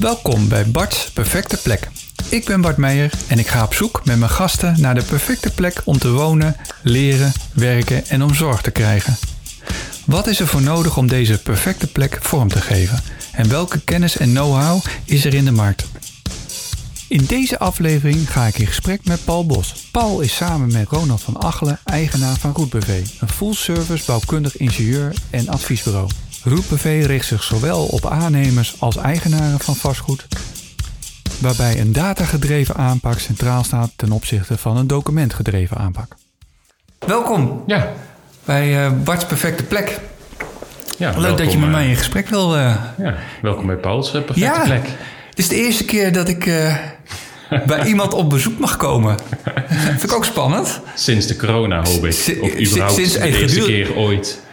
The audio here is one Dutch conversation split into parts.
Welkom bij Bart's Perfecte Plek. Ik ben Bart Meijer en ik ga op zoek met mijn gasten naar de perfecte plek om te wonen, leren, werken en om zorg te krijgen. Wat is er voor nodig om deze perfecte plek vorm te geven? En welke kennis en know-how is er in de markt? In deze aflevering ga ik in gesprek met Paul Bos. Paul is samen met Ronald van Achelen eigenaar van Roetbv, een full-service bouwkundig ingenieur en adviesbureau. Roetbv richt zich zowel op aannemers als eigenaren van vastgoed, waarbij een datagedreven aanpak centraal staat ten opzichte van een documentgedreven aanpak. Welkom bij Bart's Perfecte Plek. Ja, leuk dat je met mij in gesprek wil. Welkom bij Paul's Perfecte Plek. Het is de eerste keer dat ik bij iemand op bezoek mag komen. Dat vind ik ook spannend. Sinds de corona, hoop ik. Of überhaupt sinds de eerste keer ooit.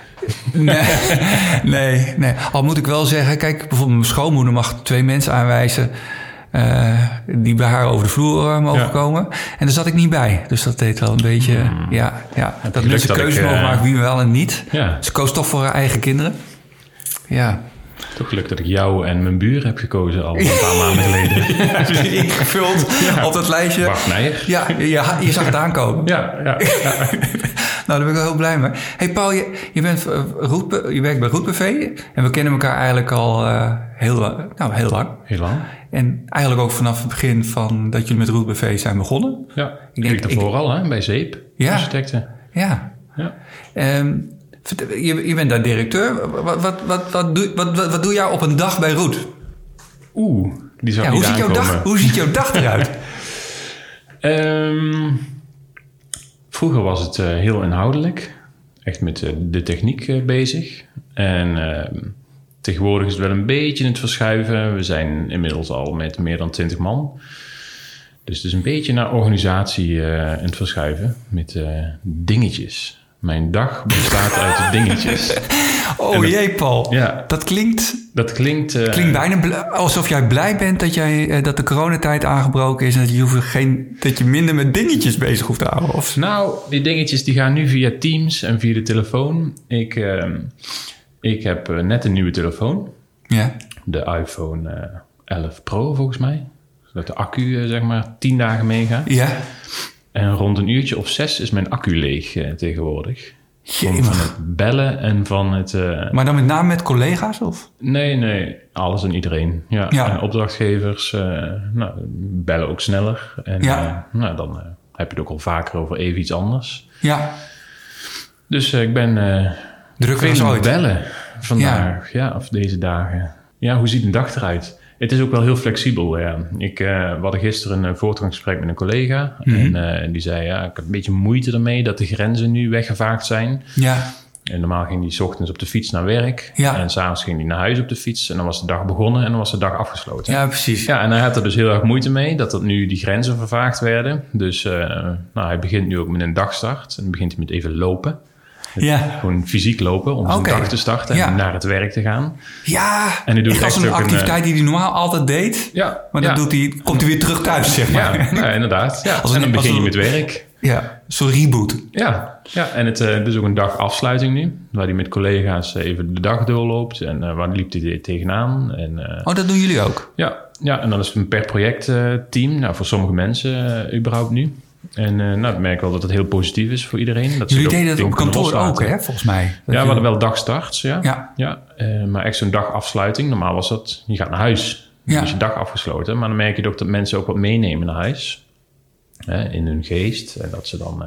Nee. Al moet ik wel zeggen, kijk, bijvoorbeeld mijn schoonmoeder mag 2 mensen aanwijzen die bij haar over de vloer mogen komen. En daar zat ik niet bij. Dus dat deed wel een beetje, dat mensen keuze mogen maken wie wel en niet. Ja. Ze koos toch voor haar eigen kinderen. Ja. Toch gelukt dat ik jou en mijn buur heb gekozen al een paar maanden geleden. Ingevuld op dat lijstje. Bart Meijer. Ja, je zag het aankomen. Ja. Nou, daar ben ik wel heel blij mee. Hey Paul, je werkt bij Roetbv en we kennen elkaar eigenlijk al heel lang. Heel lang. En eigenlijk ook vanaf het begin van dat jullie met Roetbv zijn begonnen. Ja, ik daarvoor al, bij Zeep, architecten. Ja. Je bent daar directeur. Wat doe jij op een dag bij Roet? Die zou niet aankomen. Hoe ziet jouw dag eruit? Vroeger was het heel inhoudelijk. Echt met de techniek bezig. En tegenwoordig is het wel een beetje in het verschuiven. We zijn inmiddels al met meer dan 20 man. Dus het is een beetje naar organisatie in het verschuiven. Met dingetjes. Mijn dag bestaat uit dingetjes. Jee, Paul. Ja. Dat klinkt klinkt bijna alsof jij blij bent dat de coronatijd aangebroken is en dat je minder met dingetjes bezig hoeft te houden. Of? Nou, die dingetjes die gaan nu via Teams en via de telefoon. Ik heb net een nieuwe telefoon. Ja. De iPhone 11 Pro volgens mij. Zodat de accu 10 dagen meegaat. Ja. En rond een uurtje of 6 is mijn accu leeg tegenwoordig. Van het bellen en van het... Maar dan met name met collega's, of? Nee. Alles en iedereen. Ja. Opdrachtgevers bellen ook sneller. En dan heb je het ook al vaker over even iets anders. Ja. Dus ik ben drukker veel aan het bellen vandaag. Ja, of deze dagen. Ja, hoe ziet een dag eruit? Het is ook wel heel flexibel. Ja. We hadden gisteren een voortgangsgesprek met een collega. Mm-hmm. En die zei, ik heb een beetje moeite ermee dat de grenzen nu weggevaagd zijn. Ja. En normaal ging hij 's ochtends op de fiets naar werk. Ja. En 's avonds ging hij naar huis op de fiets. En dan was de dag begonnen en dan was de dag afgesloten. Ja, precies. Ja, en hij had er dus heel erg moeite mee dat nu die grenzen vervaagd werden. Dus hij begint nu ook met een dagstart. En dan begint hij met even lopen. Gewoon fysiek lopen om zijn dag te starten en naar het werk te gaan. Ja, en hij doet echt een activiteit die hij normaal altijd deed. Ja, maar dan komt hij weer terug thuis, zeg maar. Ja, inderdaad. Ja. En dan begin je met werk. Ja, zo'n reboot. Ja, en het is ook een dagafsluiting nu. Waar hij met collega's even de dag doorloopt. En waar liep hij tegenaan. En, dat doen jullie ook? Ja, en dan is het een per project team. Voor sommige mensen überhaupt nu. En ik merk wel dat het heel positief is voor iedereen. Dat jullie deden het op kantoor ook, hè, volgens mij? We hadden wel dagstarts, maar echt zo'n dagafsluiting. Normaal was dat, je gaat naar huis. Dan is je dag afgesloten. Maar dan merk je ook dat mensen ook wat meenemen naar huis. In hun geest. En dat ze dan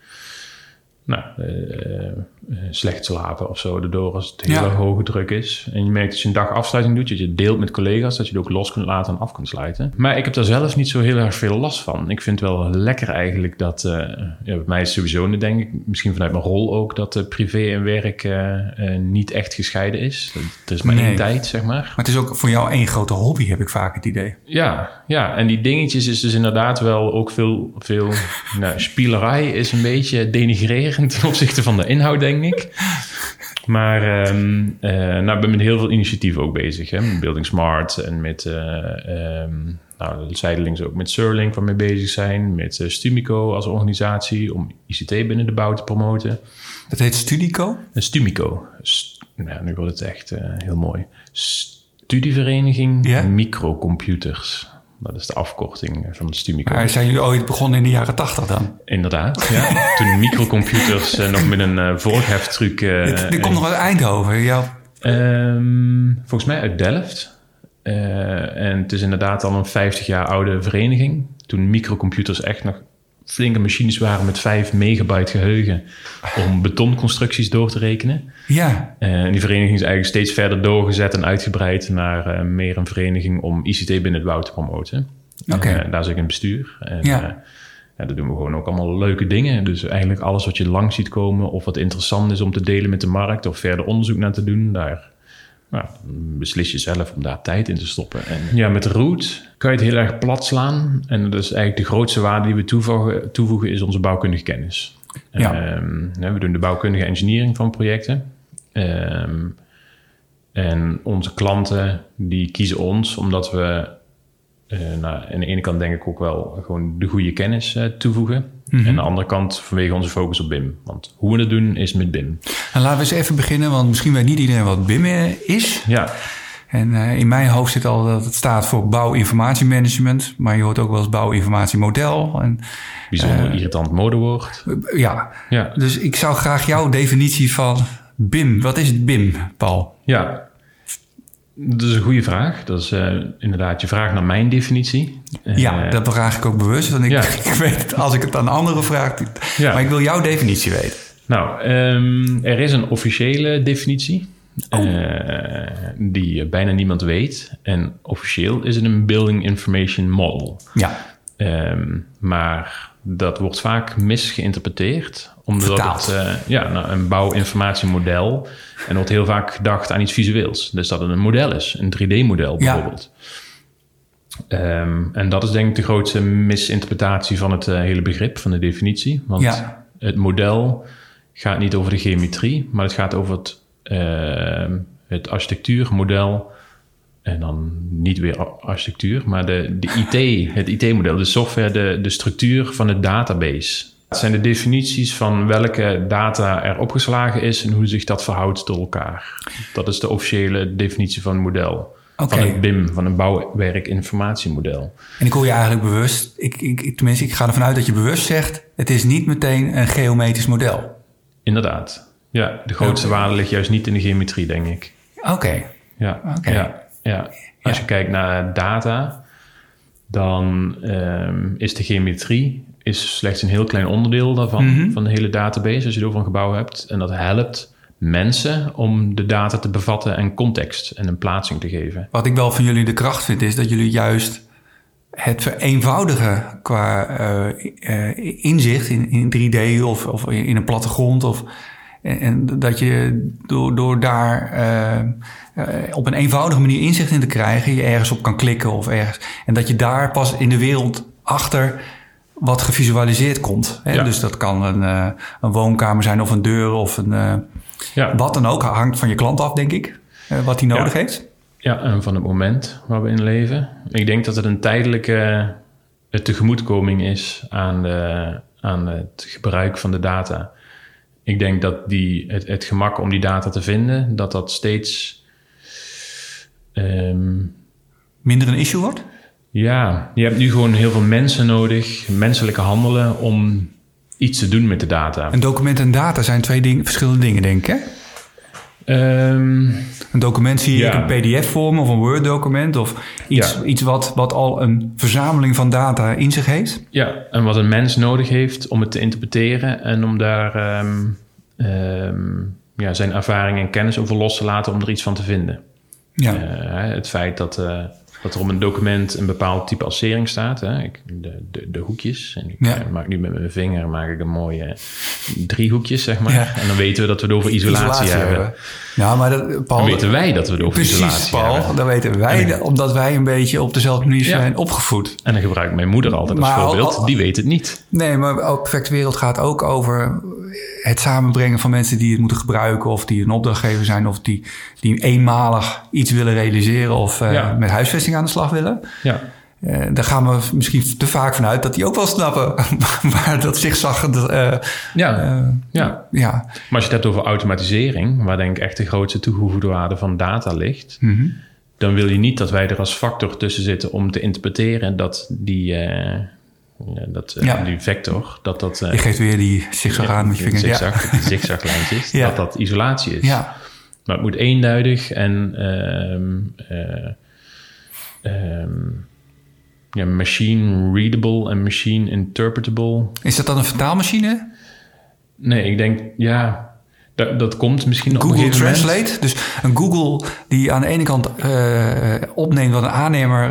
slecht slapen of zo erdoor als het heel erg hoge druk is. En je merkt dat je een dagafsluiting doet, dat je deelt met collega's, dat je het ook los kunt laten en af kunt sluiten. Maar ik heb daar zelf niet zo heel erg veel last van. Ik vind het wel lekker eigenlijk dat, bij mij is het sowieso, denk ik, misschien vanuit mijn rol ook, dat privé en werk niet echt gescheiden is. Er is maar één tijd, zeg maar. Maar het is ook voor jou één grote hobby, heb ik vaak het idee. Ja, en die dingetjes is dus inderdaad wel ook veel spielerij is een beetje denigrerend ten opzichte van de inhoud, denk ik. Maar ik ben met heel veel initiatieven ook bezig. Hè? Met Building Smart en met zijdelings ook met Surlink waar we mee bezig zijn. Met Stumico als organisatie om ICT binnen de bouw te promoten. Dat heet Studico? Stumico. Nu wordt het echt heel mooi. studievereniging Microcomputers. Dat is de afkorting van de Stumico. Maar zijn jullie ooit begonnen in de jaren 80 dan? Inderdaad, ja. Toen microcomputers nog met een volgheftruc... Dit komt nog uit Eindhoven, ja. Volgens mij uit Delft. En het is inderdaad al een 50 jaar oude vereniging. Toen microcomputers echt nog flinke machines waren met 5 megabyte geheugen om betonconstructies door te rekenen. Ja. En die vereniging is eigenlijk steeds verder doorgezet en uitgebreid naar meer een vereniging om ICT binnen het bouw te promoten. Okay. Daar zit ik in het bestuur. En, daar doen we gewoon ook allemaal leuke dingen. Dus eigenlijk alles wat je langs ziet komen of wat interessant is om te delen met de markt of verder onderzoek naar te doen, daar beslis je zelf om daar tijd in te stoppen. En met Root kan je het heel erg plat slaan. En dat is eigenlijk de grootste waarde die we toevoegen is onze bouwkundige kennis. Ja. We doen de bouwkundige engineering van projecten. En onze klanten die kiezen ons omdat we aan de ene kant denk ik ook wel gewoon de goede kennis toevoegen. En aan de andere kant vanwege onze focus op BIM. Want hoe we het doen is met BIM. En laten we eens even beginnen, want misschien weet niet iedereen wat BIM is. Ja. En in mijn hoofd zit al dat het staat voor bouwinformatiemanagement. Maar je hoort ook wel eens bouwinformatiemodel. Bijzonder irritant modewoord. Ja, dus ik zou graag jouw definitie van BIM. Wat is het BIM, Paul? Ja, dat is een goede vraag. Dat is inderdaad je vraag naar mijn definitie. Dat vraag ik ook bewust. Want ik weet als ik het aan anderen vraag. Maar ik wil jouw definitie weten. Nou, er is een officiële definitie. Die bijna niemand weet. En officieel is het een Building Information Model. Ja. Maar dat wordt vaak misgeïnterpreteerd. Omdat het een bouwinformatiemodel. En er wordt heel vaak gedacht aan iets visueels. Dus dat het een model is. Een 3D-model bijvoorbeeld. En dat is denk ik de grootste misinterpretatie van het hele begrip, van de definitie. Want het model gaat niet over de geometrie, maar het gaat over het architectuurmodel. En dan niet weer architectuur, maar het IT-model, de software, de structuur van de database. Het zijn de definities van welke data er opgeslagen is en hoe zich dat verhoudt tot elkaar. Dat is de officiële definitie van het model. Okay. Van het BIM, van een bouwwerkinformatiemodel. En ik hoor je eigenlijk bewust, ik ga ervan uit dat je bewust zegt, het is niet meteen een geometrisch model. Inderdaad. Ja, de grootste waarde ligt juist niet in de geometrie, denk ik. Oké. Ja. Als je kijkt naar data, dan is de geometrie slechts een heel klein onderdeel daarvan, van de hele database, als je het over een gebouw hebt. En dat helpt mensen om de data te bevatten en context en een plaatsing te geven. Wat ik wel van jullie de kracht vind, is dat jullie juist het vereenvoudigen qua inzicht in 3D of in een plattegrond. En dat je door daar op een eenvoudige manier inzicht in te krijgen, je ergens op kan klikken of ergens. En dat je daar pas in de wereld achter wat gevisualiseerd komt. Hè? Ja. Dus dat kan een woonkamer zijn of een deur of wat dan ook. Hangt van je klant af, denk ik, wat hij nodig heeft. Ja, en van het moment waar we in leven. Ik denk dat het een tijdelijke tegemoetkoming is aan het gebruik van de data. Ik denk dat het gemak om die data te vinden, dat steeds minder een issue wordt? Ja, je hebt nu gewoon heel veel mensen nodig, menselijke handelen, om iets te doen met de data. Een document en data zijn twee verschillende dingen, denk ik, hè? Een document zie je in een PDF-vorm of een Word-document of iets wat al een verzameling van data in zich heeft. Ja, en wat een mens nodig heeft om het te interpreteren en om daar zijn ervaring en kennis over los te laten om er iets van te vinden. Ja. Het feit dat er op een document een bepaald type assering staat. Hè? De hoekjes. En ik maak nu met mijn vinger een mooie driehoekjes, zeg maar. Ja. En dan weten we dat we het over isolatie hebben. Ja, maar Paul, dan weten wij dat we het over isolatie Paul, hebben. Dan weten wij, omdat wij een beetje op dezelfde manier zijn opgevoed. En dan gebruikt mijn moeder altijd als voorbeeld. Die weet het niet. Nee, maar ook Perfecte Wereld gaat ook over het samenbrengen van mensen die het moeten gebruiken, of die een opdrachtgever zijn, of die eenmalig iets willen realiseren of met huisvesting aan de slag willen. Ja. Daar gaan we misschien te vaak vanuit dat die ook wel snappen waar dat zigzag. Maar als je het hebt over automatisering, waar denk ik echt de grootste toegevoegde waarde van data ligt, dan wil je niet dat wij er als factor tussen zitten om te interpreteren dat die vector... je geeft weer die zigzag aan met je vinger. Die zigzaglijntjes, dat isolatie is. Ja. Maar het moet eenduidig en machine readable en machine interpretable. Is dat dan een vertaalmachine? Nee, ik denk, dat komt misschien op Google een gegeven Translate. moment. Dus een Google die aan de ene kant opneemt wat een aannemer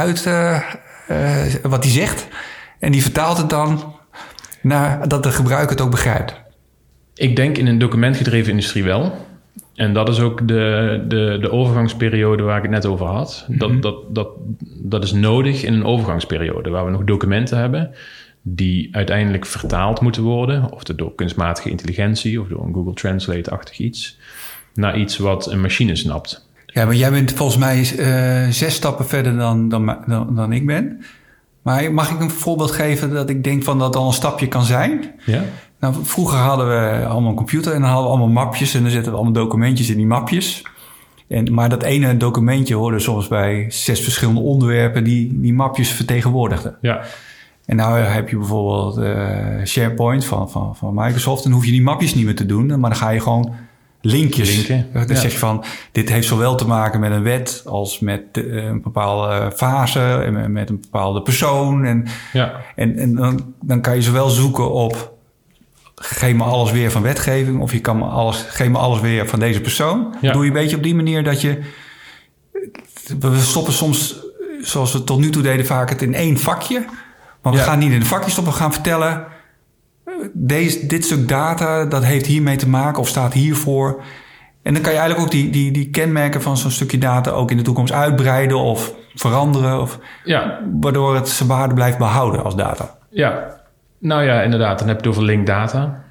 wat die zegt. En die vertaalt het dan naar dat de gebruiker het ook begrijpt. Ik denk in een documentgedreven industrie wel. En dat is ook de overgangsperiode waar ik het net over had. Dat is nodig in een overgangsperiode waar we nog documenten hebben die uiteindelijk vertaald moeten worden, of door kunstmatige intelligentie of door een Google Translate-achtig iets, naar iets wat een machine snapt. Ja, maar jij bent volgens mij 6 stappen verder dan ik ben. Maar mag ik een voorbeeld geven dat ik denk van dat al een stapje kan zijn? Ja. Nou, vroeger hadden we allemaal een computer en dan hadden we allemaal mapjes en dan zetten we allemaal documentjes in die mapjes. Maar dat ene documentje hoorde soms bij 6 verschillende onderwerpen die mapjes vertegenwoordigden. Ja. En nou heb je bijvoorbeeld SharePoint van Microsoft en hoef je die mapjes niet meer te doen, maar dan ga je gewoon linkjes. Dan zeg je van, dit heeft zowel te maken met een wet als met een bepaalde fase en met een bepaalde persoon. En dan kan je zowel zoeken op geef me alles weer van wetgeving of geef me alles weer van deze persoon. Ja. Doe je een beetje op die manier dat je... We stoppen soms, zoals we tot nu toe deden, vaak het in 1 vakje. Maar we gaan niet in een vakje stoppen, we gaan vertellen... Dit stuk data, dat heeft hiermee te maken of staat hiervoor. En dan kan je eigenlijk ook die kenmerken van zo'n stukje data ook in de toekomst uitbreiden of veranderen. Waardoor het zijn waarde blijft behouden als data. Ja, nou ja, inderdaad. Dan heb je het over linked data.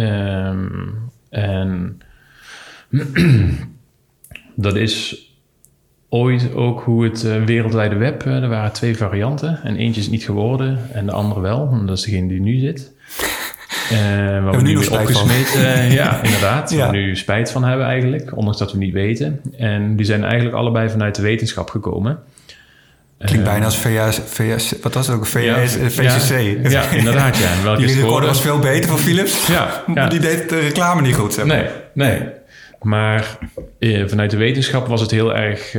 En dat is ooit ook hoe het wereldwijde web... er waren 2 varianten en eentje is niet geworden en de andere wel. En dat is degene die nu zit. Waar we nu weer opgesmeten. Ja, inderdaad. Waar we nu spijt van hebben eigenlijk. Ondanks dat we niet weten. En die zijn eigenlijk allebei vanuit de wetenschap gekomen. Klinkt bijna als VS, wat was het ook? VCC. Ja, inderdaad. Ja. Die recorder was veel beter van Philips. Maar die deed de reclame niet goed. Zeg maar. Nee. Maar vanuit de wetenschap was het heel erg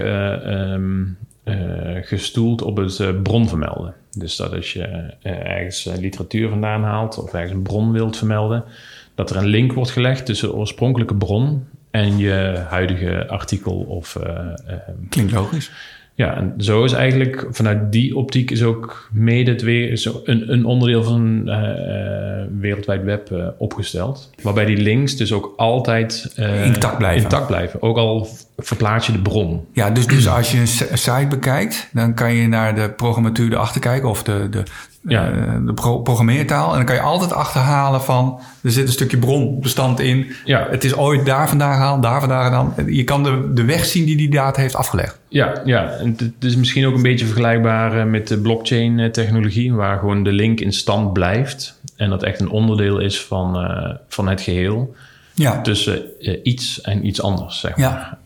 gestoeld op het bron vermelden. Dus dat als je ergens literatuur vandaan haalt of ergens een bron wilt vermelden, dat er een link wordt gelegd tussen de oorspronkelijke bron en je huidige artikel of... Klinkt logisch. Ja, en zo is eigenlijk vanuit die optiek is ook mede een onderdeel van wereldwijd web opgesteld. Waarbij die links dus ook altijd intact blijven. Ook al verplaats je de bron. Ja, dus als je een site bekijkt, dan kan je naar de programmatuur erachter kijken of de programmeertaal. En dan kan je altijd achterhalen van, er zit een stukje bronbestand in. Ja. Het is ooit daar vandaan gehaald, daar vandaan gedaan. Je kan de weg zien die data heeft afgelegd. Ja. En het is misschien ook een beetje vergelijkbaar met de blockchain technologie, waar gewoon de link in stand blijft. En dat echt een onderdeel is van het geheel. Ja. Tussen iets en iets anders, zeg maar.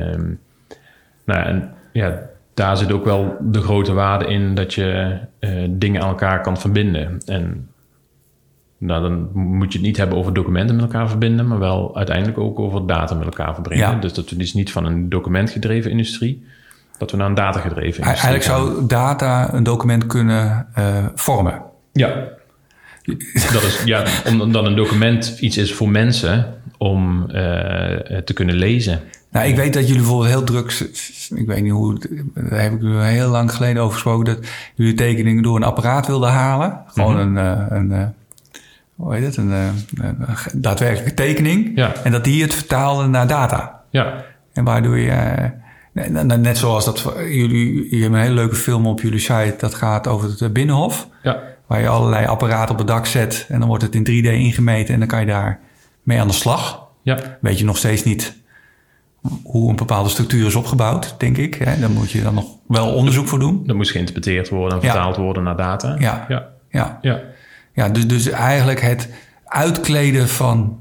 Daar zit ook wel de grote waarde in dat je dingen aan elkaar kan verbinden. En dan moet je het niet hebben over documenten met elkaar verbinden, maar wel uiteindelijk ook over data met elkaar verbrengen. Ja. Dus dat we dus niet van een documentgedreven industrie, dat we naar een datagedreven industrie eigenlijk gaan. Zou data een document kunnen vormen? Ja. Dat is, omdat een document iets is voor mensen om te kunnen lezen. Nou, ik weet dat jullie bijvoorbeeld heel druk... Ik weet niet hoe... Daar heb ik u heel lang geleden over gesproken... dat jullie tekeningen door een apparaat wilden halen. Gewoon hoe heet het? Een daadwerkelijke tekening. Ja. En dat die het vertaalde naar data. Ja. En waardoor je... net zoals dat... Jullie hebben een hele leuke film op jullie site... dat gaat over het Binnenhof. Ja. Waar je allerlei apparaten op het dak zet... en dan wordt het in 3D ingemeten... en dan kan je daar mee aan de slag. Ja. Weet je nog steeds niet... hoe een bepaalde structuur is opgebouwd, denk ik. Hè? Daar moet je dan nog wel onderzoek voor doen. Dat moet geïnterpreteerd worden en vertaald worden naar data. Ja, dus eigenlijk het uitkleden van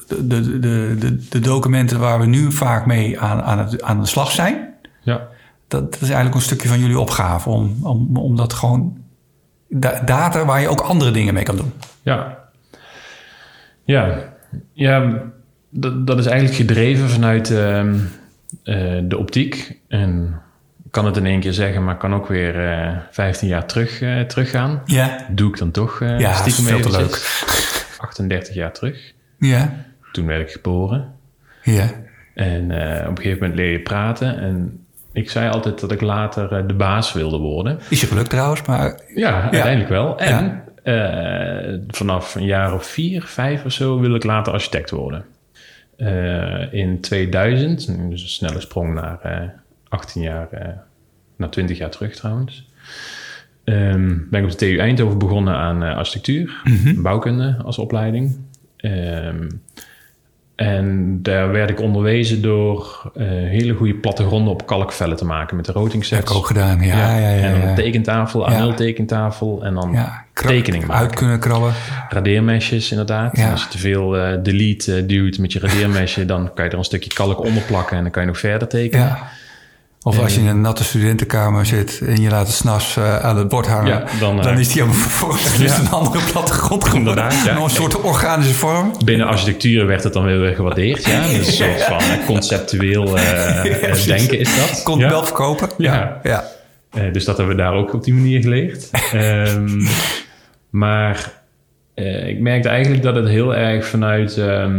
de documenten... waar we nu vaak mee aan de slag zijn... Ja. dat is eigenlijk een stukje van jullie opgave. Om dat gewoon... data waar je ook andere dingen mee kan doen. Ja, dat is eigenlijk gedreven vanuit de optiek. En ik kan het in één keer zeggen, maar kan ook weer 15 jaar teruggaan. Ja. Doe ik dan toch stiekem veel te eventjes. Leuk. 38 jaar terug. Ja. Toen werd ik geboren. Ja. En op een gegeven moment leer je praten. En ik zei altijd dat ik later de baas wilde worden. Is je geluk trouwens, maar... Ja, uiteindelijk wel. En vanaf een jaar of 4, 5 of zo wil ik later architect worden. In 2000, dus een snelle sprong naar 18 jaar, naar 20 jaar terug trouwens. Ben ik op de TU Eindhoven begonnen aan architectuur, bouwkunde als opleiding. En daar werd ik onderwezen door hele goede plattegronden op kalkvellen te maken met de rotingsets. Heb ik ook gedaan, ja. En dan een tekentafel, A0-tekentafel en dan tekening maken. Uit kunnen krabben. Radeermesjes inderdaad. Ja. Als je te veel delete duwt met je radeermesje, dan kan je er een stukje kalk onder plakken en dan kan je nog verder tekenen. Ja. Of als je in een natte studentenkamer zit en je laat het s'nachts aan het bord hangen, dan is die helemaal vervormd. Dan is het een andere plattegrond geworden. Een soort organische vorm. Binnen architectuur werd het dan weer gewaardeerd. Ja? Dus een soort van conceptueel denken is dat. Kon het wel verkopen. Ja. Dus dat hebben we daar ook op die manier geleerd. Maar ik merkte eigenlijk dat het heel erg vanuit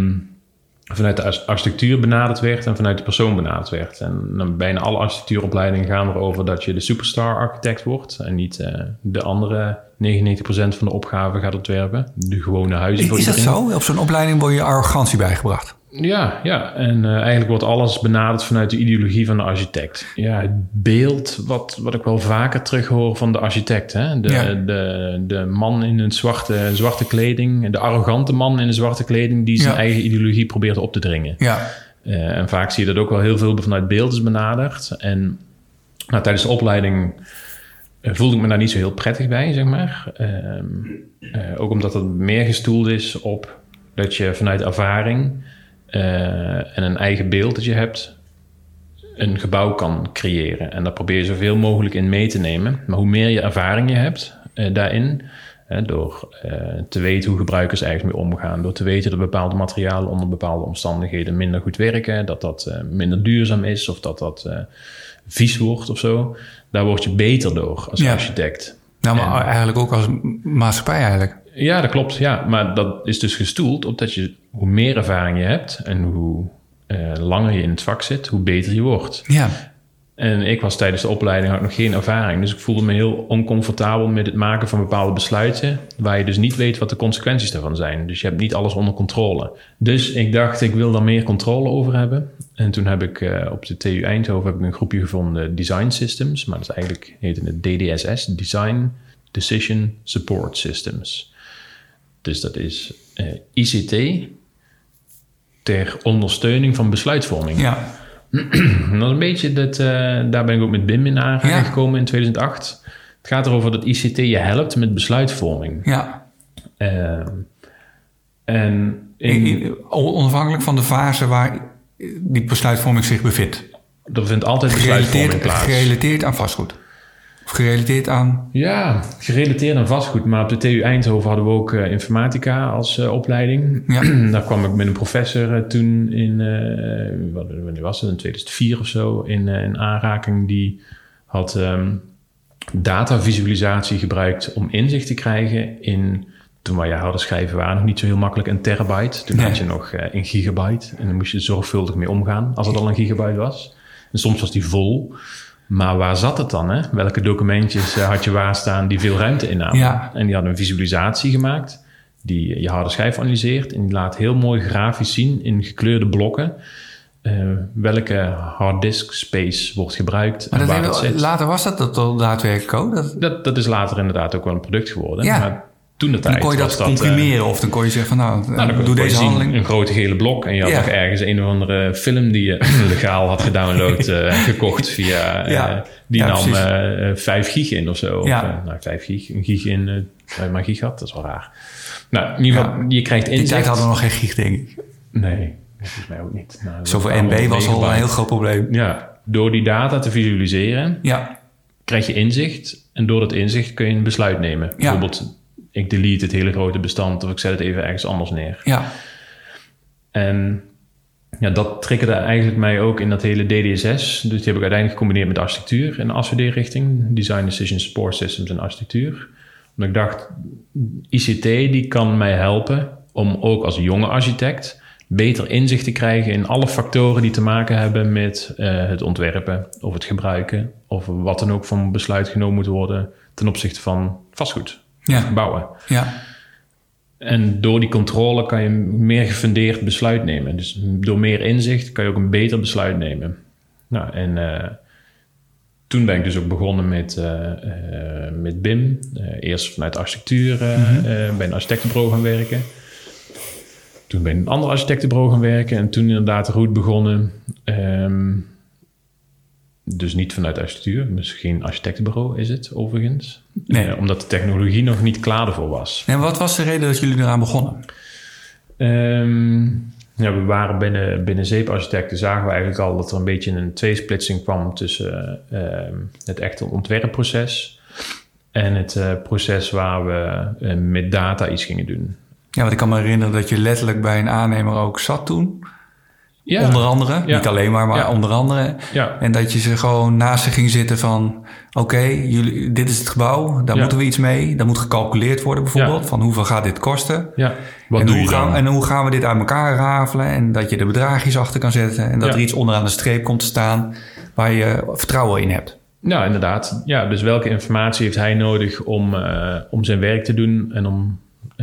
de architectuur benaderd werd en vanuit de persoon benaderd werd. En dan bijna alle architectuuropleidingen gaan erover dat je de superstar architect wordt en niet de andere 99% van de opgave gaat ontwerpen. De gewone huizen voor iedereen. Is dat zo? Op zo'n opleiding word je arrogantie bijgebracht? Ja. En eigenlijk wordt alles benaderd vanuit de ideologie van de architect. Ja, het beeld wat ik wel vaker terughoor van de architect. Hè? De man in een zwarte kleding, de arrogante man in een zwarte kleding die zijn eigen ideologie probeert op te dringen. Ja. En vaak zie je dat ook wel heel veel vanuit beeld is benaderd. En tijdens de opleiding voelde ik me daar niet zo heel prettig bij, zeg maar. Ook omdat het meer gestoeld is op dat je vanuit ervaring en een eigen beeld dat je hebt, een gebouw kan creëren. En daar probeer je zoveel mogelijk in mee te nemen. Maar hoe meer je ervaring je hebt daarin, door te weten hoe gebruikers ergens mee omgaan, door te weten dat bepaalde materialen onder bepaalde omstandigheden minder goed werken, dat dat minder duurzaam is of dat dat vies wordt of zo, daar word je beter door als architect. Nou, maar eigenlijk ook als maatschappij eigenlijk. Ja, dat klopt. Ja. Maar dat is dus gestoeld op dat je hoe meer ervaring je hebt en hoe langer je in het vak zit, hoe beter je wordt. Ja. En ik was tijdens de opleiding had nog geen ervaring. Dus ik voelde me heel oncomfortabel met het maken van bepaalde besluiten, waar je dus niet weet wat de consequenties daarvan zijn. Dus je hebt niet alles onder controle. Dus ik dacht, ik wil daar meer controle over hebben. En toen heb ik op de TU Eindhoven een groepje gevonden, Design Systems. Maar dat is eigenlijk, heette het DDSS, Design Decision Support Systems. Dus dat is ICT ter ondersteuning van besluitvorming. Ja. Dat is een beetje daar ben ik ook met BIM in aangekomen in 2008. Het gaat erover dat ICT je helpt met besluitvorming. Ja. Onafhankelijk van de fase waar die besluitvorming zich bevindt. Er vindt altijd besluitvorming plaats. Gerelateerd aan vastgoed. Of gerelateerd aan... Ja, gerelateerd aan vastgoed. Maar op de TU Eindhoven hadden we ook informatica als opleiding. Ja. Daar kwam ik met een professor toen in... wanneer was het? In 2004 of zo. In aanraking. Die had datavisualisatie gebruikt om inzicht te krijgen in... Toen wij harde schrijven waren nog niet zo heel makkelijk een terabyte. Toen had je nog een gigabyte. En dan moest je zorgvuldig mee omgaan als het al een gigabyte was. En soms was die vol... Maar waar zat het dan? Hè? Welke documentjes had je waar staan die veel ruimte innamen? Ja. En die hadden een visualisatie gemaakt die je harde schijf analyseert. En die laat heel mooi grafisch zien in gekleurde blokken welke harddisk space wordt gebruikt. Maar en waar het zit. Later was dat daadwerkelijk ook? Dat is later inderdaad ook wel een product geworden. Ja. Maar toen dan kon je dat comprimeren of dan kon je zeggen van dan doe deze handeling. Een grote gele blok en je had nog ergens een of andere film die je legaal had gedownload, gekocht via... Die nam 5 gig in of zo. Ja. Of 5 gig. Een gig in... maar gig had, dat is wel raar. Nou, in ieder geval, je krijgt inzicht. Die tijd hadden we nog geen gig, denk ik. Nee, volgens mij ook niet. Nou, zo voor MB was al een heel groot probleem. Ja. door die data te visualiseren... Ja. krijg je inzicht. En door dat inzicht kun je een besluit nemen. Ja. Bijvoorbeeld, ik delete het hele grote bestand... of ik zet het even ergens anders neer. Ja. En ja, dat triggerde eigenlijk mij ook in dat hele DDSS. Dus die heb ik uiteindelijk gecombineerd met architectuur... in de ASVD-richting. Design, Decision, Support Systems en architectuur. Omdat ik dacht, ICT die kan mij helpen... om ook als jonge architect... beter inzicht te krijgen in alle factoren die te maken hebben met het ontwerpen of het gebruiken of wat dan ook van besluit genomen moet worden ten opzichte van vastgoed, gebouwen. Ja. En door die controle kan je meer gefundeerd besluit nemen. Dus door meer inzicht kan je ook een beter besluit nemen. Nou, en toen ben ik dus ook begonnen met BIM. Eerst vanuit architectuur bij een architectenbureau gaan werken. Toen ben ik een ander architectenbureau gaan werken en toen inderdaad de route begonnen. Dus niet vanuit architectuur, dus geen architectenbureau is het overigens. Nee. Omdat de technologie nog niet klaar ervoor was. En wat was de reden dat jullie eraan begonnen? We waren binnen zeeparchitecten, zagen we eigenlijk al dat er een beetje een tweesplitsing kwam tussen het echte ontwerpproces en het proces waar we met data iets gingen doen. Ja, want ik kan me herinneren dat je letterlijk bij een aannemer ook zat toen. Ja. Onder andere, niet alleen maar Ja. onder andere. Ja. En dat je ze gewoon naast ze ging zitten van... Oké, dit is het gebouw, daar moeten we iets mee. Dat moet gecalculeerd worden bijvoorbeeld. Van hoeveel gaat dit kosten? Ja. En hoe gaan we dit uit elkaar rafelen? En dat je de bedragjes achter kan zetten. En dat er iets onderaan de streep komt te staan waar je vertrouwen in hebt. Nou, inderdaad. Ja, dus welke informatie heeft hij nodig om zijn werk te doen en om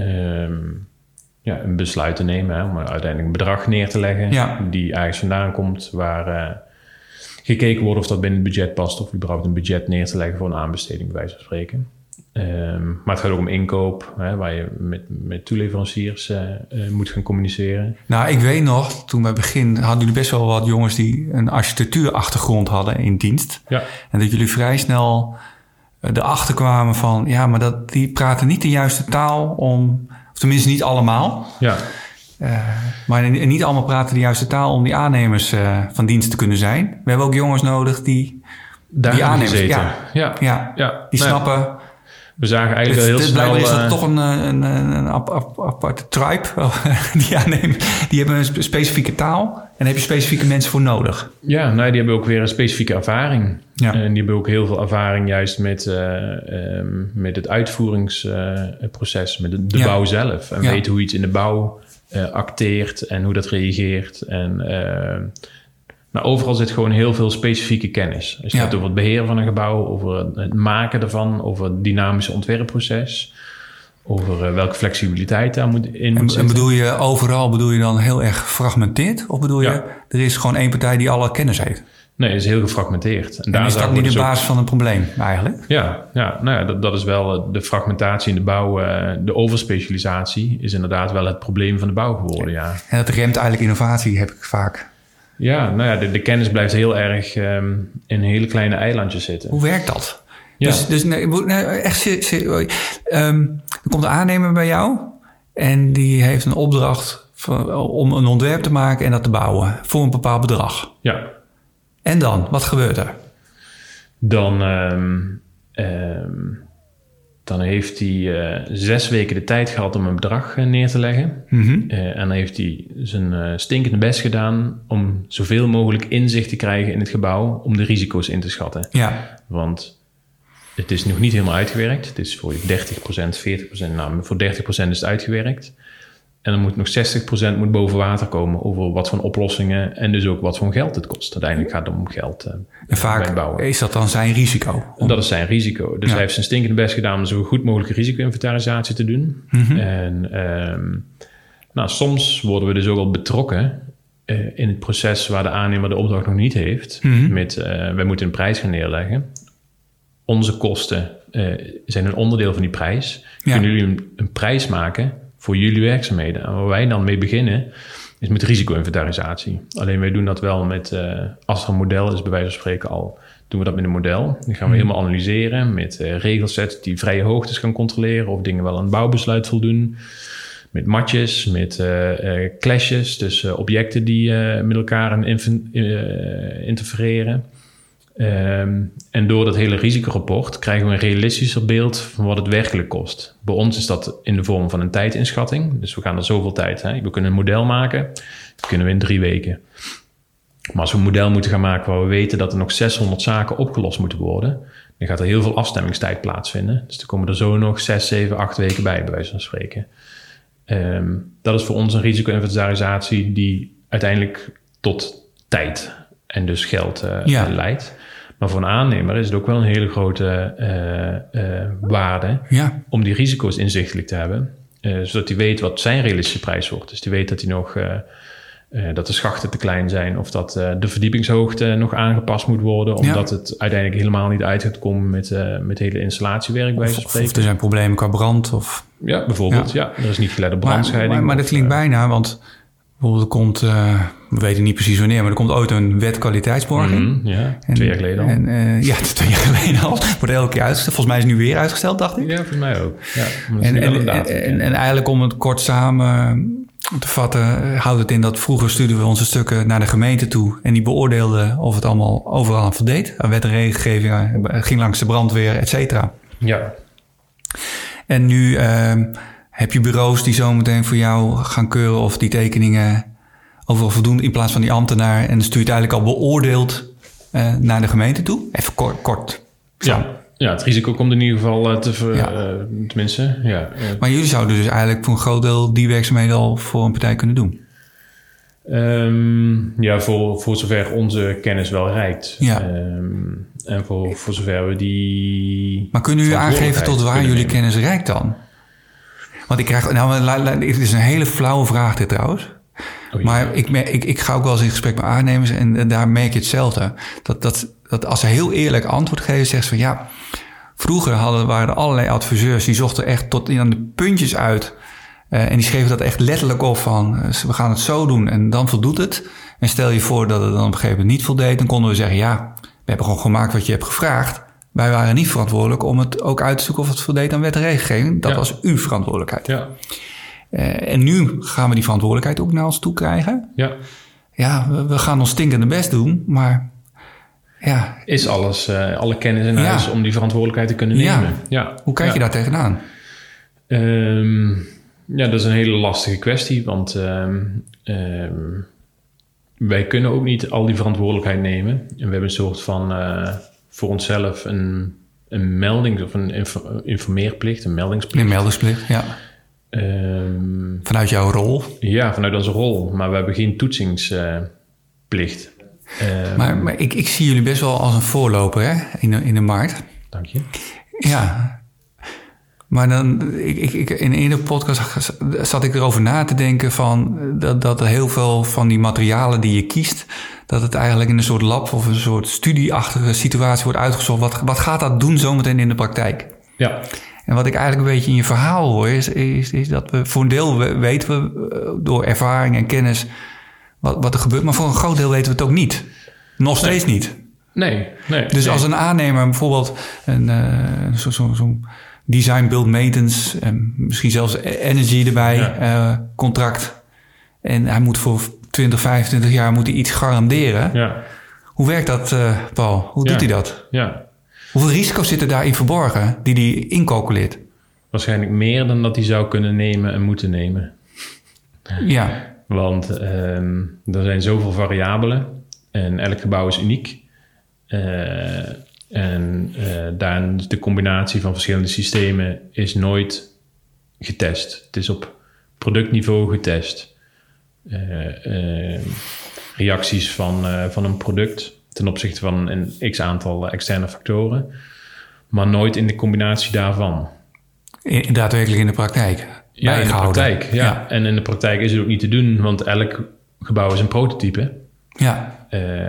een besluit te nemen, hè, om uiteindelijk een bedrag neer te leggen die ergens vandaan komt, waar gekeken wordt of dat binnen het budget past of überhaupt een budget neer te leggen voor een aanbesteding, bij wijze van spreken. Maar het gaat ook om inkoop, hè, waar je met toeleveranciers moet gaan communiceren. Nou, ik weet nog, toen bij het begin hadden jullie best wel wat jongens die een architectuurachtergrond hadden in dienst. Ja. En dat jullie vrij snel erachter kwamen van, ja, maar die praten niet de juiste taal om, of tenminste niet allemaal. Ja. Maar niet allemaal praten de juiste taal om die aannemers van dienst te kunnen zijn. We hebben ook jongens nodig die aannemers... Gezeten. Die snappen... We zagen eigenlijk heel snel... Blijkbaar is dat toch een aparte tribe. Die aannemers, die hebben een specifieke taal. En daar heb je specifieke mensen voor nodig. Ja, die hebben ook weer een specifieke ervaring. Ja. En die hebben ook heel veel ervaring juist met het uitvoeringsproces. Met de bouw zelf. En weten hoe iets in de bouw acteert en hoe dat reageert. En overal zit gewoon heel veel specifieke kennis. Als je het over het beheer van een gebouw, over het maken ervan, over het dynamische ontwerpproces, over welke flexibiliteit daar moet in zitten. En bedoel je dan heel erg gefragmenteerd? Of bedoel je, er is gewoon één partij die alle kennis heeft? Nee, het is heel gefragmenteerd. En daar is dat niet de basis van een probleem eigenlijk? Dat is wel de fragmentatie in de bouw. De overspecialisatie is inderdaad wel het probleem van de bouw geworden, ja. En dat remt eigenlijk innovatie, heb ik vaak. Ja, de kennis blijft heel erg in hele kleine eilandjes zitten. Hoe werkt dat? Ja. Dus er komt een aannemer bij jou en die heeft een opdracht om een ontwerp te maken en dat te bouwen voor een bepaald bedrag. Ja. En dan? Wat gebeurt er? Dan heeft hij 6 weken de tijd gehad om een bedrag neer te leggen. Mm-hmm. En dan heeft hij zijn stinkende best gedaan om zoveel mogelijk inzicht te krijgen in het gebouw om de risico's in te schatten. Ja. Want het is nog niet helemaal uitgewerkt. Het is voor 30%, 40%. Voor 30% is het uitgewerkt. En dan moet nog 60% moet boven water komen over wat voor oplossingen en dus ook wat voor geld het kost. Uiteindelijk gaat het om geld en vaak bouwen. Is dat dan zijn risico? Dat is zijn risico. Dus hij heeft zijn stinkende best gedaan om zo goed mogelijke risico-inventarisatie te doen. Mm-hmm. En soms worden we dus ook al betrokken in het proces waar de aannemer de opdracht nog niet heeft. Mm-hmm. Wij moeten een prijs gaan neerleggen. Onze kosten zijn een onderdeel van die prijs. Kunnen jullie een prijs maken voor jullie werkzaamheden? En waar wij dan mee beginnen is met risico-inventarisatie. Alleen wij doen dat wel met, als er een model is, bij wijze van spreken al, doen we dat met een model. Dan gaan we helemaal analyseren met regelsets die vrije hoogtes gaan controleren of dingen wel aan het bouwbesluit voldoen. met matches, met clashes. Dus objecten die met elkaar interfereren. En door dat hele risicораpport krijgen we een realistischer beeld van wat het werkelijk kost. Bij ons is dat in de vorm van een tijdinschatting. Dus we gaan er zoveel tijd. We kunnen een model maken. Dat kunnen we in 3 weken. Maar als we een model moeten gaan maken waar we weten dat er nog 600 zaken opgelost moeten worden, dan gaat er heel veel afstemmingstijd plaatsvinden. Dus dan komen er zo nog 6, 7, 8 weken bij wijze van spreken. Dat is voor ons een risico-inventarisatie die uiteindelijk tot tijd en dus geld leidt. Maar voor een aannemer is het ook wel een hele grote waarde om die risico's inzichtelijk te hebben. Zodat hij weet wat zijn realistische prijs wordt. Dus die weet dat hij nog dat de schachten te klein zijn of dat de verdiepingshoogte nog aangepast moet worden, omdat het uiteindelijk helemaal niet uit gaat komen met hele installatiewerk bij zo'n spreken. Of er zijn problemen qua brand. Ja, bijvoorbeeld. Ja. Er is niet geledde brandscheiding. Maar dat klinkt bijna, want bijvoorbeeld er komt, we weten niet precies wanneer, maar er komt ooit een wet kwaliteitsborging. 2 jaar geleden al. 2 jaar geleden al. Wordt elke keer uitgesteld. Volgens mij is het nu weer uitgesteld, dacht ik. Ja, volgens mij ook. Ja, en eigenlijk om het kort samen te vatten, houdt het in dat vroeger stuurden we onze stukken naar de gemeente toe en die beoordeelden of het allemaal overal aan voldeed. Aan wet en regelgeving, ging langs de brandweer, et cetera. Ja. En nu heb je bureaus die zometeen voor jou gaan keuren of die tekeningen overal voldoen in plaats van die ambtenaar. En dan stuur je het eigenlijk al beoordeeld naar de gemeente toe. Even kort. Ja, het risico komt in ieder geval tenminste. Ja. Maar jullie zouden dus eigenlijk voor een groot deel die werkzaamheden al voor een partij kunnen doen? Voor zover onze kennis wel reikt. Ja. En voor zover we die... Maar kunnen jullie aangeven tot waar jullie kennis reikt dan? Want ik krijg... het is een hele flauwe vraag dit trouwens. Maar ik ga ook wel eens in gesprek met aannemers en daar merk je hetzelfde. Dat als ze heel eerlijk antwoord geven, zeggen ze van vroeger waren er allerlei adviseurs die zochten echt tot aan de puntjes uit. En die schreven dat echt letterlijk op van we gaan het zo doen en dan voldoet het. En stel je voor dat het dan op een gegeven moment niet voldeed, dan konden we zeggen we hebben gewoon gemaakt wat je hebt gevraagd. Wij waren niet verantwoordelijk om het ook uit te zoeken of het voldeed aan wet en regelgeving. Dat was uw verantwoordelijkheid. Ja. En nu gaan we die verantwoordelijkheid ook naar ons toe krijgen. Ja. Ja, we gaan ons stinkende best doen, maar is alle kennis in huis om die verantwoordelijkheid te kunnen nemen. Ja. Hoe kijk je daar tegenaan? Dat is een hele lastige kwestie, want wij kunnen ook niet al die verantwoordelijkheid nemen. En we hebben een soort van voor onszelf een melding of een informeerplicht, een meldingsplicht. Een meldingsplicht, ja. Vanuit jouw rol? Ja, vanuit onze rol. Maar we hebben geen toetsingsplicht. Maar ik zie jullie best wel als een voorloper in de markt. Dank je. Ja. Maar dan, in een podcast zat ik erover na te denken van dat er heel veel van die materialen die je kiest, dat het eigenlijk in een soort lab of een soort studieachtige situatie wordt uitgezocht. Wat gaat dat doen zometeen in de praktijk? Ja. En wat ik eigenlijk een beetje in je verhaal hoor, is dat we voor een deel weten we door ervaring en kennis wat er gebeurt, maar voor een groot deel weten we het ook niet. Nog steeds niet. Nee. Dus als een aannemer bijvoorbeeld zo'n design, build, maintenance, misschien zelfs energy erbij, contract. En hij moet voor 20, 25 jaar moet hij iets garanderen. Ja. Hoe werkt dat, Paul? Hoe doet hij dat? Ja. Hoeveel risico's zitten daarin verborgen die hij incalculeert? Waarschijnlijk meer dan dat hij zou kunnen nemen en moeten nemen. Ja. Want er zijn zoveel variabelen en elk gebouw is uniek. Daar de combinatie van verschillende systemen is nooit getest. Het is op productniveau getest. Reacties van een product ten opzichte van een x-aantal externe factoren, maar nooit in de combinatie daarvan. Daadwerkelijk in de praktijk? Ja, in de praktijk. Ja. En in de praktijk is het ook niet te doen, want elk gebouw is een prototype. Ja.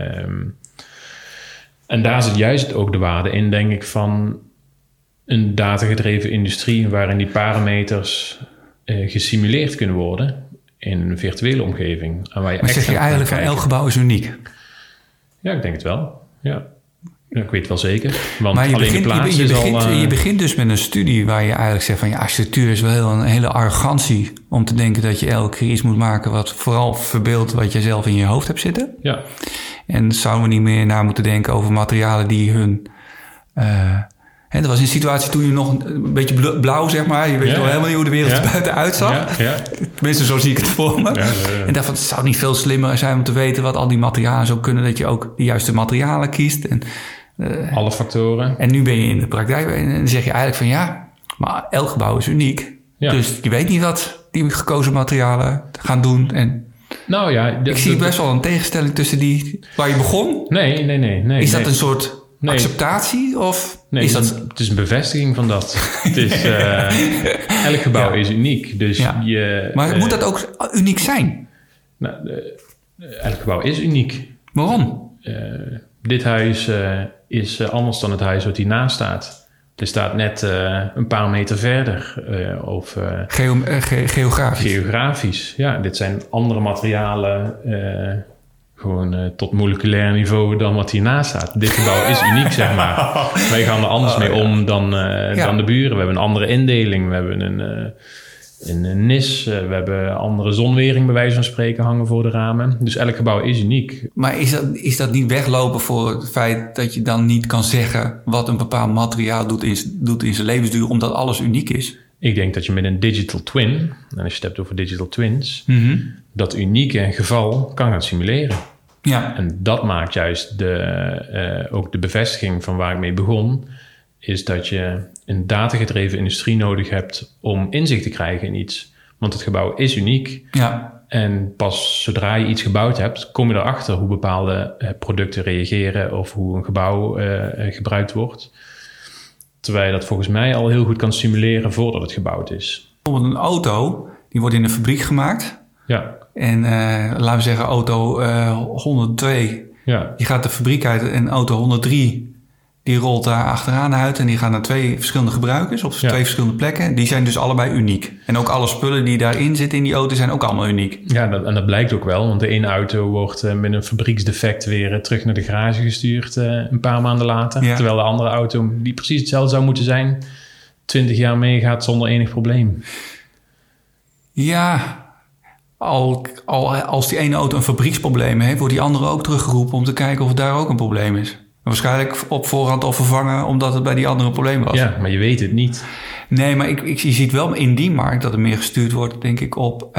En daar zit juist ook de waarde in, denk ik, van een datagedreven industrie waarin die parameters gesimuleerd kunnen worden in een virtuele omgeving. Maar zeg je eigenlijk van elk gebouw is uniek? Ja, ik denk het wel. Ja. Ik weet wel zeker. Want Maar alleen de plaats is al... je begint dus met een studie waar je eigenlijk zegt van... ja, architectuur is wel een hele arrogantie... om te denken dat je elke keer iets moet maken... wat vooral verbeeldt wat je zelf in je hoofd hebt zitten. Ja. En zouden we niet meer na moeten denken over materialen die hun... dat was een situatie toen je nog een beetje blauw, zeg maar. Je weet nog helemaal niet hoe de wereld er buiten uitzag. Ja. Tenminste, zo zie ik het voor me. En dacht van, het zou niet veel slimmer zijn om te weten... wat al die materialen zo kunnen... dat je ook de juiste materialen kiest. En, alle factoren. En nu ben je in de praktijk en dan zeg je eigenlijk van... ja, maar elk gebouw is uniek. Ja. Dus je weet niet wat die gekozen materialen gaan doen. En nou ja... ik zie best wel een tegenstelling tussen die... waar je begon. Nee. Is dat een soort... acceptatie? Of nee, is dat... het is een bevestiging van dat. Het is, elk gebouw is uniek. Dus maar moet dat ook uniek zijn? Nou, elk gebouw is uniek. Waarom? Dit huis is anders dan het huis wat hiernaast staat. Er staat net een paar meter verder. Geografisch? Geografisch, ja. Dit zijn andere materialen... gewoon tot moleculair niveau dan wat hiernaast staat. Dit gebouw is uniek, zeg maar. Wij gaan er anders mee om dan de buren. We hebben een andere indeling. We hebben een nis. We hebben andere zonwering, bij wijze van spreken, hangen voor de ramen. Dus elk gebouw is uniek. Maar is dat niet weglopen voor het feit dat je dan niet kan zeggen... wat een bepaald materiaal doet in zijn levensduur... omdat alles uniek is? Ik denk dat je met een digital twin... en als je het hebt over digital twins... dat unieke geval kan gaan simuleren. Ja. En dat maakt juist ook de bevestiging van waar ik mee begon... is dat je een datagedreven industrie nodig hebt... om inzicht te krijgen in iets. Want het gebouw is uniek. Ja. En pas zodra je iets gebouwd hebt... kom je erachter hoe bepaalde producten reageren... of hoe een gebouw gebruikt wordt... Terwijl je dat volgens mij al heel goed kan simuleren voordat het gebouwd is. Bijvoorbeeld een auto, die wordt in een fabriek gemaakt. Ja. En laten we zeggen auto 102. Ja. Die gaat de fabriek uit en auto 103... die rolt daar achteraan uit... en die gaan naar 2 verschillende gebruikers... of 2 verschillende plekken. Die zijn dus allebei uniek. En ook alle spullen die daarin zitten in die auto... zijn ook allemaal uniek. Ja, en dat blijkt ook wel. Want de ene auto wordt met een fabrieksdefect... weer terug naar de garage gestuurd... een paar maanden later. Ja. Terwijl de andere auto, die precies hetzelfde zou moeten zijn... 20 jaar meegaat zonder enig probleem. Ja... Als die ene auto een fabrieksprobleem heeft... wordt die andere ook teruggeroepen... om te kijken of het daar ook een probleem is. Waarschijnlijk op voorhand al vervangen... omdat het bij die andere een probleem was. Ja, maar je weet het niet. Nee, maar je ziet wel in die markt... dat er meer gestuurd wordt, denk ik, op...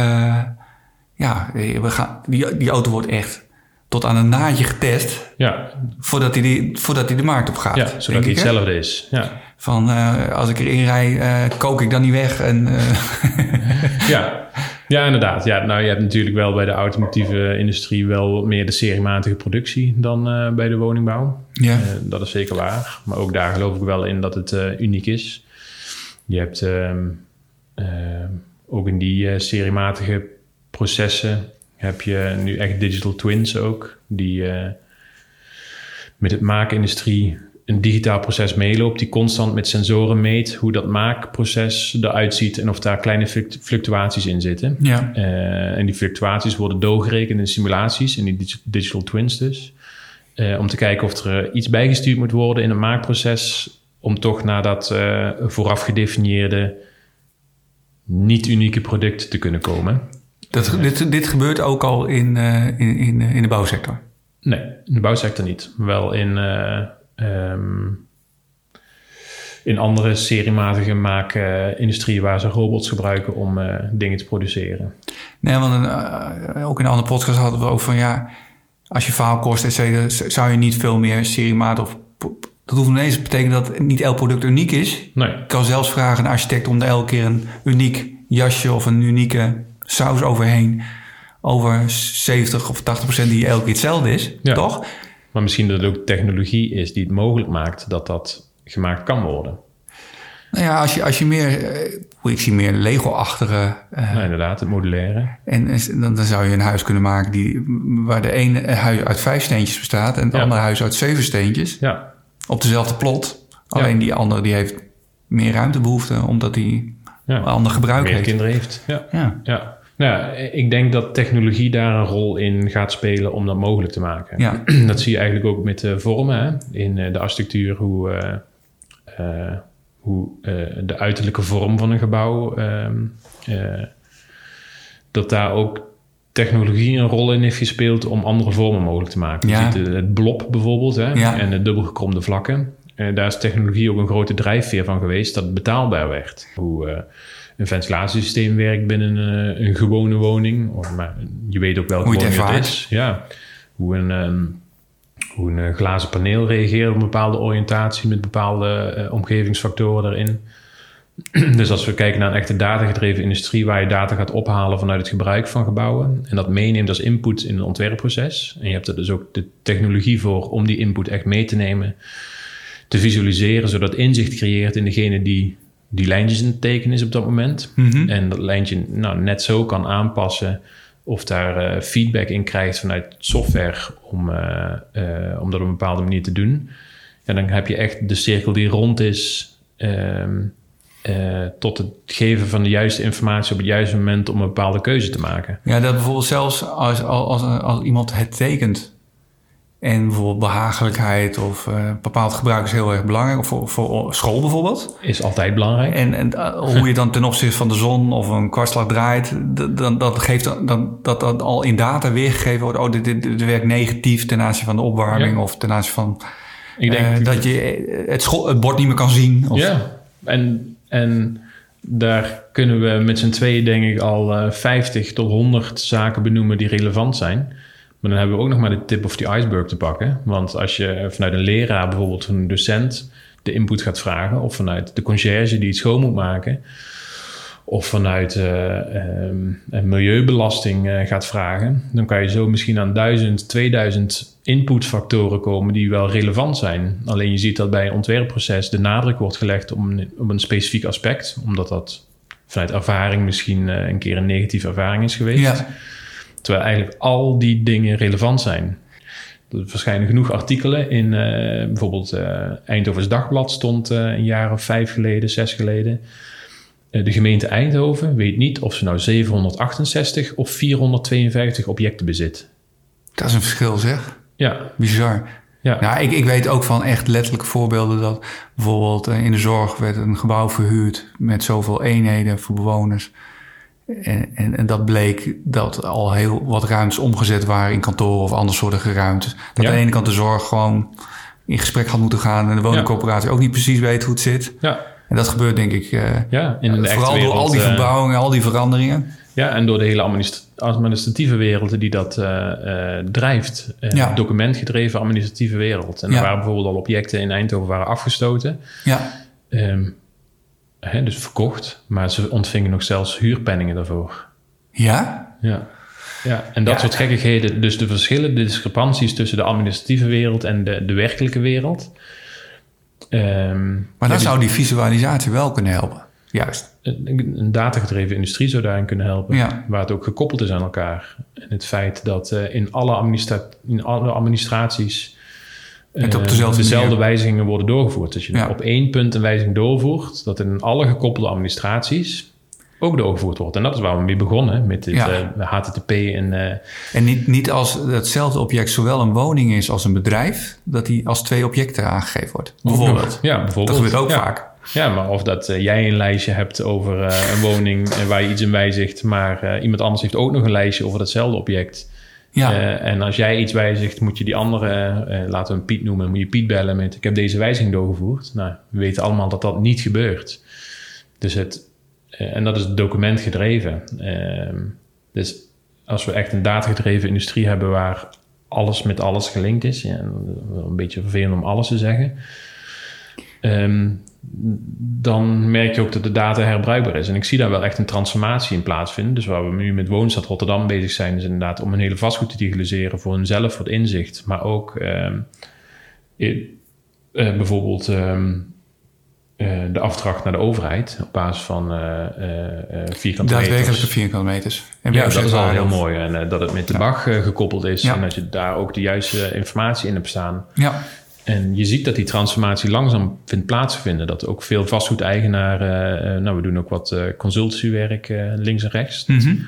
die auto wordt echt tot aan een naadje getest... Ja. Voordat hij de markt op gaat. Ja, zodat hij hetzelfde is. Ja. Van, als ik erin rij, kook ik dan niet weg. En, Ja, inderdaad. Ja, nou, je hebt natuurlijk wel bij de automotieve industrie... wel meer de seriematige productie dan bij de woningbouw. Ja. Dat is zeker waar. Maar ook daar geloof ik wel in dat het uniek is. Je hebt ook in die seriematige processen... heb je nu echt digital twins ook... die met het maakindustrie... een digitaal proces meeloopt... die constant met sensoren meet... hoe dat maakproces eruit ziet... en of daar kleine fluctuaties in zitten. Ja. En die fluctuaties worden doorgerekend in simulaties... in die digital twins dus... om te kijken of er iets bijgestuurd moet worden... in het maakproces... om toch naar dat vooraf gedefinieerde... niet unieke product te kunnen komen. Dit gebeurt ook al in de bouwsector? Nee, in de bouwsector niet. Wel in andere seriematige maakindustrieën... waar ze robots gebruiken om dingen te produceren. Nee, want ook in een andere podcast hadden we ook van... ja, als je faalkosten, et cetera... zou je niet veel meer seriematig... Dat hoeft ineens te betekenen dat niet elk product uniek is. Nee. Je kan zelfs vragen aan een architect... om er elke keer een uniek jasje of een unieke saus overheen... over 70 of 80% die elke keer hetzelfde is, ja. Toch? Maar misschien dat het ook technologie is die het mogelijk maakt... dat gemaakt kan worden. Nou ja, als je meer... ik zie meer Lego-achtige... inderdaad, het modulaire. En dan zou je een huis kunnen maken... waar de ene huis uit 5 steentjes bestaat... en het andere huis uit 7 steentjes. Ja. Op dezelfde plot. Alleen die andere die heeft meer ruimtebehoefte... omdat hij een ander gebruik heeft. Meer kinderen heeft, ja. Nou, ik denk dat technologie daar een rol in gaat spelen om dat mogelijk te maken. Ja. Dat zie je eigenlijk ook met vormen, hè? In de architectuur, hoe de uiterlijke vorm van een gebouw, dat daar ook technologie een rol in heeft gespeeld om andere vormen mogelijk te maken. Ja. Je ziet het blob bijvoorbeeld, hè? Ja. En de dubbelgekromde vlakken. Daar is technologie ook een grote drijfveer van geweest dat het betaalbaar werd. Hoe een ventilatiesysteem werkt binnen een gewone woning. Maar je weet ook welke woning het is. Ja. Hoe een glazen paneel reageert op een bepaalde oriëntatie met bepaalde omgevingsfactoren erin. Dus als we kijken naar een echte datagedreven industrie waar je data gaat ophalen vanuit het gebruik van gebouwen en dat meeneemt als input in een ontwerpproces. En je hebt er dus ook de technologie voor om die input echt mee te nemen, te visualiseren, zodat inzicht creëert in degene die lijntjes in het tekenen is op dat moment. Mm-hmm. En dat lijntje net zo kan aanpassen of daar feedback in krijgt vanuit software om dat op een bepaalde manier te doen. En dan heb je echt de cirkel die rond is tot het geven van de juiste informatie op het juiste moment om een bepaalde keuze te maken. Ja, dat bijvoorbeeld zelfs als iemand het tekent en bijvoorbeeld behagelijkheid of bepaald gebruik is heel erg belangrijk. Of voor school bijvoorbeeld. Is altijd belangrijk. En hoe je dan ten opzichte van de zon of een kwartslag draait, dat al in data weergegeven wordt. Oh, dit werkt negatief ten aanzien van de opwarming of ten aanzien van ik denk dat je het bord niet meer kan zien. Of... Ja, en daar kunnen we met z'n tweeën denk ik al 50 tot 100 zaken benoemen die relevant zijn. Maar dan hebben we ook nog maar de tip of the iceberg te pakken. Want als je vanuit een leraar, bijvoorbeeld van een docent, de input gaat vragen, of vanuit de conciërge die het schoon moet maken, of vanuit een milieubelasting gaat vragen, dan kan je zo misschien aan 1000, 2000 inputfactoren komen die wel relevant zijn. Alleen je ziet dat bij een ontwerpproces de nadruk wordt gelegd op een specifiek aspect, omdat dat vanuit ervaring misschien een keer een negatieve ervaring is geweest. Ja. Terwijl eigenlijk al die dingen relevant zijn. Er verschijnen genoeg artikelen in bijvoorbeeld Eindhovens Dagblad stond een jaar of 5 geleden, 6 geleden. De gemeente Eindhoven weet niet of ze nou 768 of 452 objecten bezit. Dat is een verschil, zeg. Ja. Bizar. Ja. Nou, ik weet ook van echt letterlijke voorbeelden dat bijvoorbeeld in de zorg werd een gebouw verhuurd met zoveel eenheden voor bewoners. En dat bleek dat al heel wat ruimtes omgezet waren in kantoren of andersoortige ruimtes. Dat aan de ene kant de zorg gewoon in gesprek had moeten gaan en de woningcorporatie ook niet precies weet hoe het zit. Ja. En dat gebeurt denk ik in de vooral door al die verbouwingen, al die veranderingen. Ja, en door de hele administratieve wereld die dat drijft. Documentgedreven administratieve wereld. En er waren bijvoorbeeld al objecten in Eindhoven waren afgestoten. Ja. Dus verkocht, maar ze ontvingen nog zelfs huurpenningen daarvoor. Ja? Ja. En dat soort gekkigheden. Dus de verschillen, de discrepanties tussen de administratieve wereld en de werkelijke wereld. Maar dan zou die visualisatie wel kunnen helpen. Juist. Een datagedreven industrie zou daarin kunnen helpen. Ja. Waar het ook gekoppeld is aan elkaar. En het feit dat in alle administraties dezelfde wijzigingen worden doorgevoerd. Dus je op één punt een wijziging doorvoert, dat in alle gekoppelde administraties ook doorgevoerd wordt. En dat is waar we mee begonnen, met dit HTTP. En niet als hetzelfde object zowel een woning is als een bedrijf, dat die als 2 objecten aangegeven wordt. Bijvoorbeeld. Ja, bijvoorbeeld. Dat gebeurt ook vaak. Ja, maar of dat jij een lijstje hebt over een woning waar je iets in wijzigt, maar iemand anders heeft ook nog een lijstje over datzelfde object. Ja. En als jij iets wijzigt, moet je die andere, laten we hem Piet noemen, moet je Piet bellen met ik heb deze wijziging doorgevoerd. Nou, we weten allemaal dat dat niet gebeurt. Dus en dat is documentgedreven. Dus als we echt een datagedreven industrie hebben waar alles met alles gelinkt is, een beetje vervelend om alles te zeggen, dan merk je ook dat de data herbruikbaar is. En ik zie daar wel echt een transformatie in plaatsvinden. Dus waar we nu met Woonstad Rotterdam bezig zijn, is inderdaad om een hele vastgoed te digitaliseren voor hunzelf, voor het inzicht. Maar ook bijvoorbeeld de afdracht naar de overheid op basis van vierkante meters. Daadwerkelijke vierkante meters. En dat is al heel mooi. En dat het met de BAG gekoppeld is en dat je daar ook de juiste informatie in hebt staan. Ja. En je ziet dat die transformatie langzaam vindt plaatsvinden. Dat ook veel vastgoedeigenaren... we doen ook wat consultancywerk links en rechts. Mm-hmm.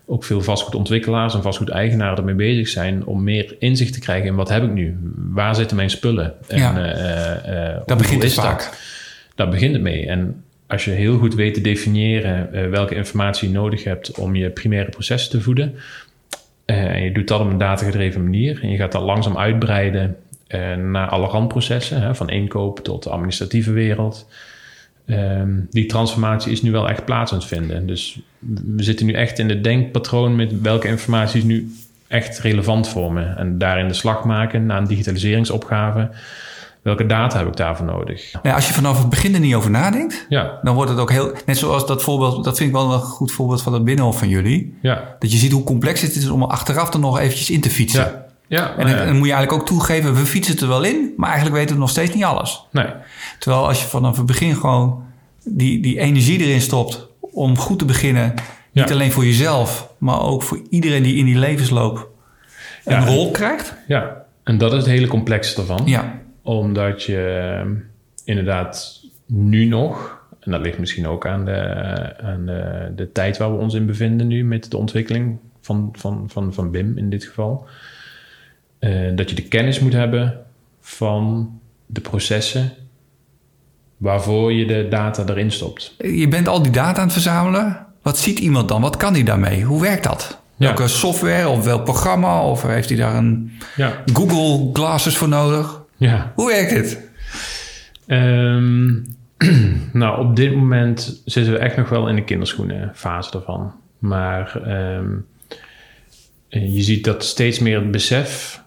ook veel vastgoedontwikkelaars en vastgoedeigenaren ermee bezig zijn om meer inzicht te krijgen in wat heb ik nu? Waar zitten mijn spullen? En, daar begint het vaak. Daar begint het mee. En als je heel goed weet te definiëren welke informatie je nodig hebt om je primaire processen te voeden, en je doet dat op een datagedreven manier en je gaat dat langzaam uitbreiden naar alle randprocessen, van inkoop tot de administratieve wereld. Die transformatie is nu wel echt plaats aan het vinden. Dus we zitten nu echt in het denkpatroon met welke informatie is nu echt relevant voor me. En daarin de slag maken naar een digitaliseringsopgave. Welke data heb ik daarvoor nodig? Ja, als je vanaf het begin er niet over nadenkt, dan wordt het ook heel... Net zoals dat voorbeeld, dat vind ik wel een goed voorbeeld van het Binnenhof van jullie. Ja. Dat je ziet hoe complex het is om er achteraf er nog eventjes in te fietsen. Ja. Ja, en dan moet je eigenlijk ook toegeven, we fietsen het er wel in, maar eigenlijk weten we nog steeds niet alles. Nee. Terwijl als je vanaf het begin gewoon die energie erin stopt om goed te beginnen, niet alleen voor jezelf, maar ook voor iedereen die in die levensloop een rol krijgt. Ja, en dat is het hele complexe ervan. Ja. Omdat je inderdaad nu nog, en dat ligt misschien ook aan de tijd waar we ons in bevinden nu met de ontwikkeling van BIM in dit geval, dat je de kennis moet hebben van de processen waarvoor je de data erin stopt. Je bent al die data aan het verzamelen. Wat ziet iemand dan? Wat kan hij daarmee? Hoe werkt dat? Welke software of welk programma? Of heeft hij daar een Google Glasses voor nodig? Ja. Hoe werkt dit? Nou, op dit moment zitten we echt nog wel in de kinderschoenenfase ervan. Maar je ziet dat steeds meer het besef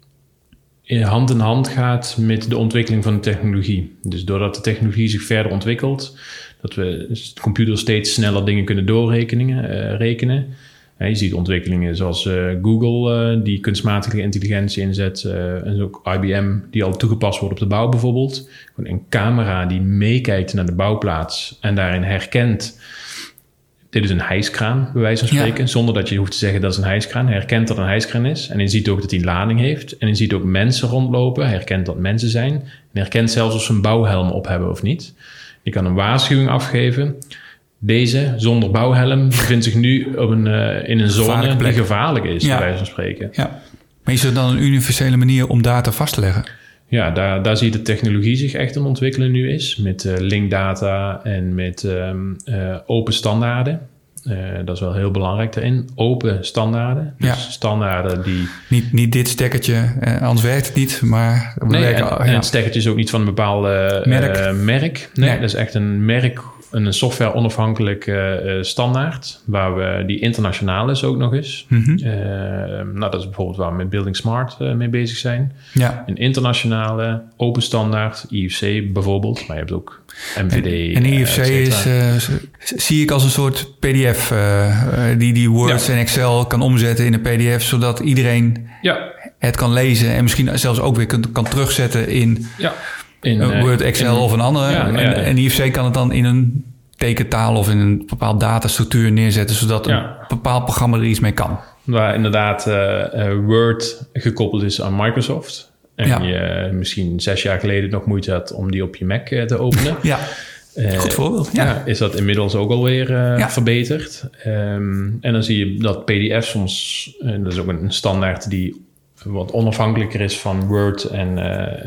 hand in hand gaat met de ontwikkeling van de technologie. Dus doordat de technologie zich verder ontwikkelt, dat we de computer steeds sneller dingen kunnen rekenen. Je ziet ontwikkelingen zoals Google, die kunstmatige intelligentie inzet. En ook IBM, die al toegepast wordt op de bouw bijvoorbeeld. Gewoon een camera die meekijkt naar de bouwplaats en daarin herkent, dit is een hijskraan, bij wijze van spreken. Ja. Zonder dat je hoeft te zeggen dat is een hijskraan. Hij herkent dat een hijskraan is. En je ziet ook dat hij een lading heeft. En je ziet ook mensen rondlopen. Hij herkent dat mensen zijn. En hij herkent zelfs of ze een bouwhelm op hebben of niet. Je kan een waarschuwing afgeven. Deze, zonder bouwhelm, bevindt zich nu in een zone die gevaarlijk is, bij wijze van spreken. Ja. Maar is er dan een universele manier om data vast te leggen? Ja, daar zie je de technologie zich echt aan ontwikkelen nu is. Met linkdata en met open standaarden. Dat is wel heel belangrijk daarin. Open standaarden. Dus standaarden die... Niet dit stekkertje, anders werkt het niet, maar... En het stekkertje is ook niet van een bepaalde merk. Nee, dat is echt een merk, een software onafhankelijk standaard, die internationaal is ook nog eens. Mm-hmm. Dat is bijvoorbeeld waar we met Building Smart mee bezig zijn. Ja. Een internationale open standaard, IFC bijvoorbeeld, maar je hebt ook MVD. En IFC zie ik als een soort PDF die Word en Excel kan omzetten in een PDF, zodat iedereen het kan lezen en misschien zelfs ook weer kan terugzetten in Word, Excel of een andere. En IFC kan het dan in een tekentaal of in een bepaald datastructuur neerzetten, zodat een bepaald programma er iets mee kan. Waar inderdaad Word gekoppeld is aan Microsoft. En je misschien 6 jaar geleden nog moeite had om die op je Mac te openen. Goed voorbeeld. Is dat inmiddels ook alweer verbeterd. En dan zie je dat PDF soms, dat is ook een standaard die wat onafhankelijker is van Word en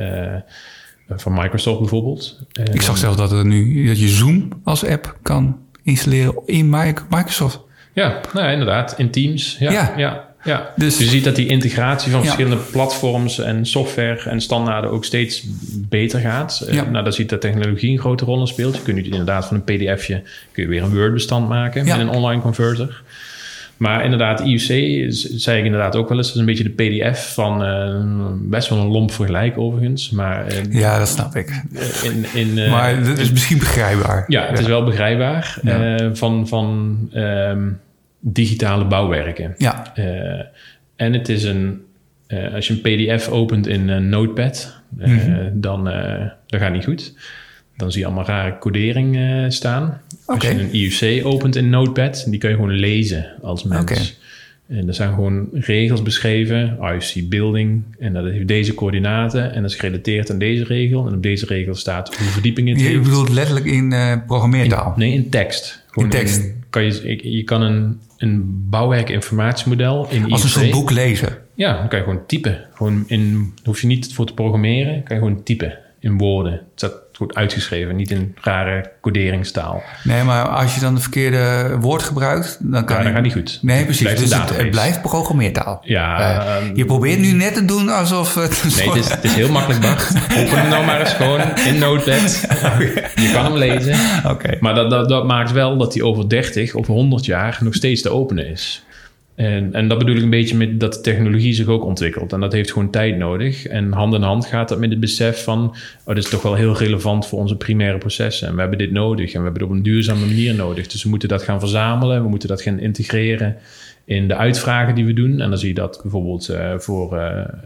van Microsoft bijvoorbeeld. Ik zag zelfs dat je Zoom als app kan installeren in Microsoft. Ja, inderdaad. In Teams. Ja. Dus je ziet dat die integratie van verschillende platforms en software en standaarden ook steeds beter gaat. Daar ziet de technologie een grote rol in speelt. Je kunt nu inderdaad van een pdfje kun je weer een Word-bestand maken met een online converter. Maar inderdaad, IUC zei ik inderdaad ook wel eens. Dat is een beetje de PDF van best wel een lomp vergelijk overigens. Maar, dat snap ik. Maar het is misschien begrijpbaar. Ja, het is wel begrijpbaar. Van digitale bouwwerken. Ja. En het is als je een PDF opent in Notepad, dan gaat het niet goed. Dan zie je allemaal rare codering staan. Als je een IUC opent in Notepad, die kan je gewoon lezen als mens. En er zijn gewoon regels beschreven. IUC building. En dat heeft deze coördinaten. En dat is gerelateerd aan deze regel. En op deze regel staat hoeveel verdiepingen het heeft. Je bedoelt letterlijk in programmeertaal? In tekst. Gewoon in tekst? Je kan een een bouwwerkinformatiemodel in IoT. Als een soort boek lezen. Ja, dan kan je gewoon typen. Daar hoef je niet voor te programmeren. Kan je gewoon typen in woorden. Het staat goed uitgeschreven, niet in rare coderingstaal. Nee, maar als je dan het verkeerde woord gebruikt, dan kan dat gaat niet goed. Nee, precies. Blijft Dus het blijft programmeertaal. Ja, je probeert nu net te doen alsof het... Nee, het is heel makkelijk, Bart. Open hem nou maar eens gewoon in Notepad. Je kan hem lezen. Okay. Maar dat maakt wel dat hij over 30 of 100 jaar nog steeds te openen is. En dat bedoel ik een beetje met dat de technologie zich ook ontwikkelt. En dat heeft gewoon tijd nodig. En hand in hand gaat dat met het besef van... dit is toch wel heel relevant voor onze primaire processen. En we hebben dit nodig. En we hebben het op een duurzame manier nodig. Dus we moeten dat gaan verzamelen. We moeten dat gaan integreren in de uitvragen die we doen. En dan zie je dat bijvoorbeeld voor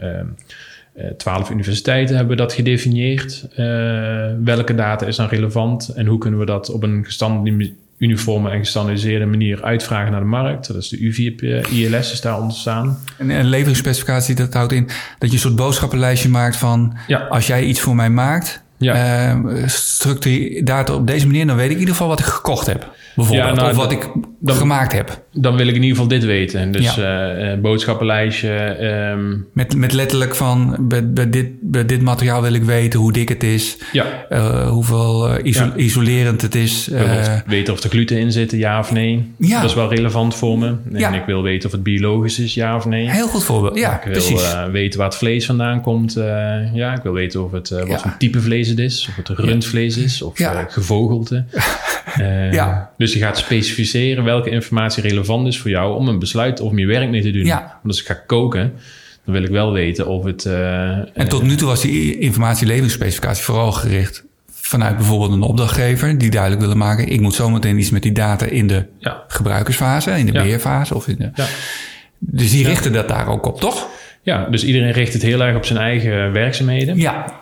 12 universiteiten hebben we dat gedefinieerd. Welke data is dan relevant? En hoe kunnen we dat op een uniforme en gestandaardiseerde manier uitvragen naar de markt. Dat is de UVIP ILS is daar ontstaan. En een leveringsspecificatie, dat houdt in dat je een soort boodschappenlijstje maakt van... als jij iets voor mij maakt, structureer data op deze manier... dan weet ik in ieder geval wat ik gekocht heb. Bijvoorbeeld, of wat ik gemaakt heb. Dan wil ik in ieder geval dit weten. Dus boodschappenlijstje. Met letterlijk van, bij dit materiaal wil ik weten hoe dik het is. Hoeveel isolerend het is. Ik wil weten of er gluten in zitten, ja of nee. Ja. Dat is wel relevant voor me. En ik wil weten of het biologisch is, ja of nee. Heel goed voorbeeld, ja, ik wil weten waar het vlees vandaan komt. Ik wil weten of het wat voor type vlees het is. Of het rundvlees is. Of gevogelte. Dus je gaat specificeren welke informatie relevant is voor jou om een besluit of je werk mee te doen. Want als ik ga koken, dan wil ik wel weten of het... en tot nu toe was die informatieleveringsspecificatie vooral gericht vanuit bijvoorbeeld een opdrachtgever die duidelijk willen maken, ik moet zometeen iets met die data in de gebruikersfase, in de beheerfase. Of in de... Dus die richten dat daar ook op, toch? Ja, dus iedereen richt het heel erg op zijn eigen werkzaamheden. Ja.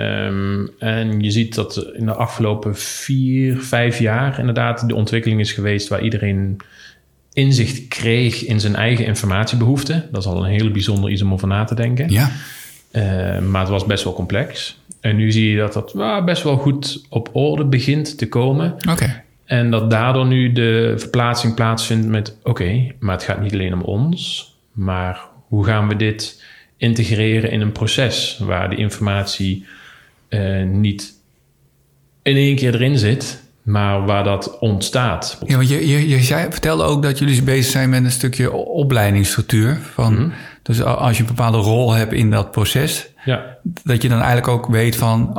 En je ziet dat in de afgelopen 4-5 jaar inderdaad de ontwikkeling is geweest waar iedereen inzicht kreeg in zijn eigen informatiebehoeften. Dat is al een hele bijzonder iets om over na te denken. Ja. Maar het was best wel complex. En nu zie je dat best wel goed op orde begint te komen. Oké. En dat daardoor nu de verplaatsing plaatsvindt met... maar het gaat niet alleen om ons, maar hoe gaan we dit integreren in een proces waar de informatie niet in één keer erin zit, maar waar dat ontstaat. Ja, want je vertelde ook dat jullie bezig zijn met een stukje opleidingsstructuur. Dus als je een bepaalde rol hebt in dat proces, dat je dan eigenlijk ook weet van,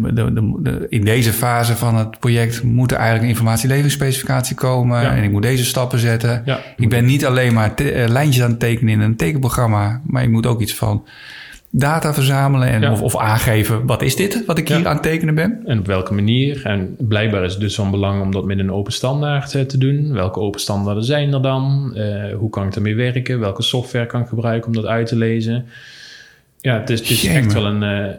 in deze fase van het project moet er eigenlijk een informatieleveringsspecificatie komen en ik moet deze stappen zetten. Ja. Ik ben niet alleen maar lijntjes aan het tekenen in een tekenprogramma, maar ik moet ook iets van data verzamelen en of aangeven, wat is dit wat ik hier aan het tekenen ben? En op welke manier? En blijkbaar is het dus van belang om dat met een open standaard te doen. Welke open standaarden zijn er dan? Hoe kan ik ermee werken? Welke software kan ik gebruiken om dat uit te lezen? Ja, het is echt wel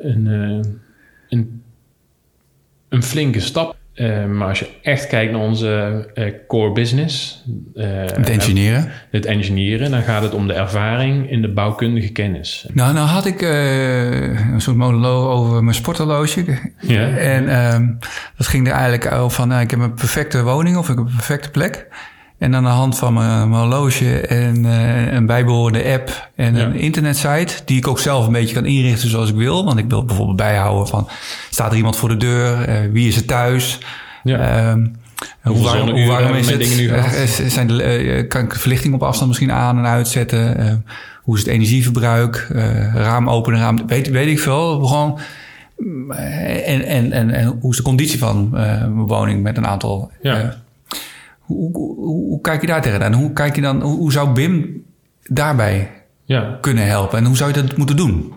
een flinke stap. Maar als je echt kijkt naar onze core business... Het engineeren. Dan gaat het om de ervaring in de bouwkundige kennis. Nou had ik een soort monoloog over mijn sporthorloge. Ja. En dat ging er eigenlijk over van... ik heb een perfecte woning of ik heb een perfecte plek. En aan de hand van mijn horloge en een bijbehorende app en een internetsite... die ik ook zelf een beetje kan inrichten zoals ik wil. Want ik wil bijvoorbeeld bijhouden van... staat er iemand voor de deur? Wie is er thuis? Ja. Hoe warm is het? Kan ik de verlichting op afstand misschien aan en uitzetten? Hoe is het energieverbruik? Raam openen, raam... Weet ik veel. Gewoon... En hoe is de conditie van mijn woning met een aantal... Hoe kijk je daar tegenaan? Hoe kijk je dan? Hoe zou BIM daarbij kunnen helpen? En hoe zou je dat moeten doen?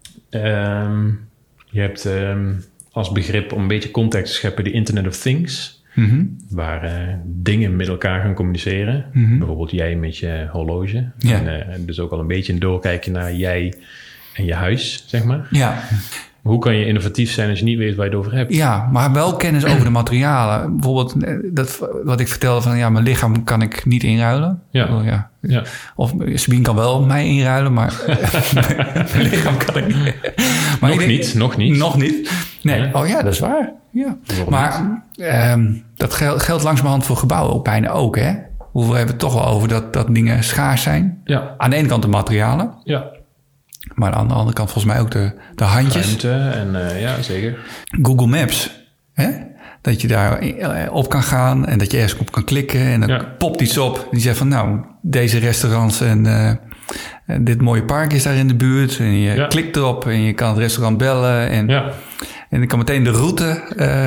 Je hebt als begrip om een beetje context te scheppen de Internet of Things. Waar dingen met elkaar gaan communiceren. Bijvoorbeeld jij met je horloge. Ja. En dus ook al een beetje een doorkijkje naar jij en je huis, zeg maar. Ja. Hoe kan je innovatief zijn als je niet weet waar je het over hebt? Ja, maar wel kennis over de materialen. Bijvoorbeeld dat wat ik vertelde van... mijn lichaam kan ik niet inruilen. Ja. Of Sabine kan wel mij inruilen, maar mijn lichaam kan ik niet. Maar Nog niet. Nee, dat is waar. Ja. Maar dat geldt langzamerhand voor gebouwen ook bijna ook, hè? we hebben het toch wel over dat dingen schaars zijn. Ja. Aan de ene kant de materialen. Ja. Maar aan de andere kant volgens mij ook de handjes. Ruimte en ja, zeker. Google Maps. Hè? Dat je daar op kan gaan en dat je ergens op kan klikken. En dan popt iets op. Die zegt van nou, deze restaurants en dit mooie park is daar in de buurt. En je klikt erop en je kan het restaurant bellen. En dan kan meteen de route...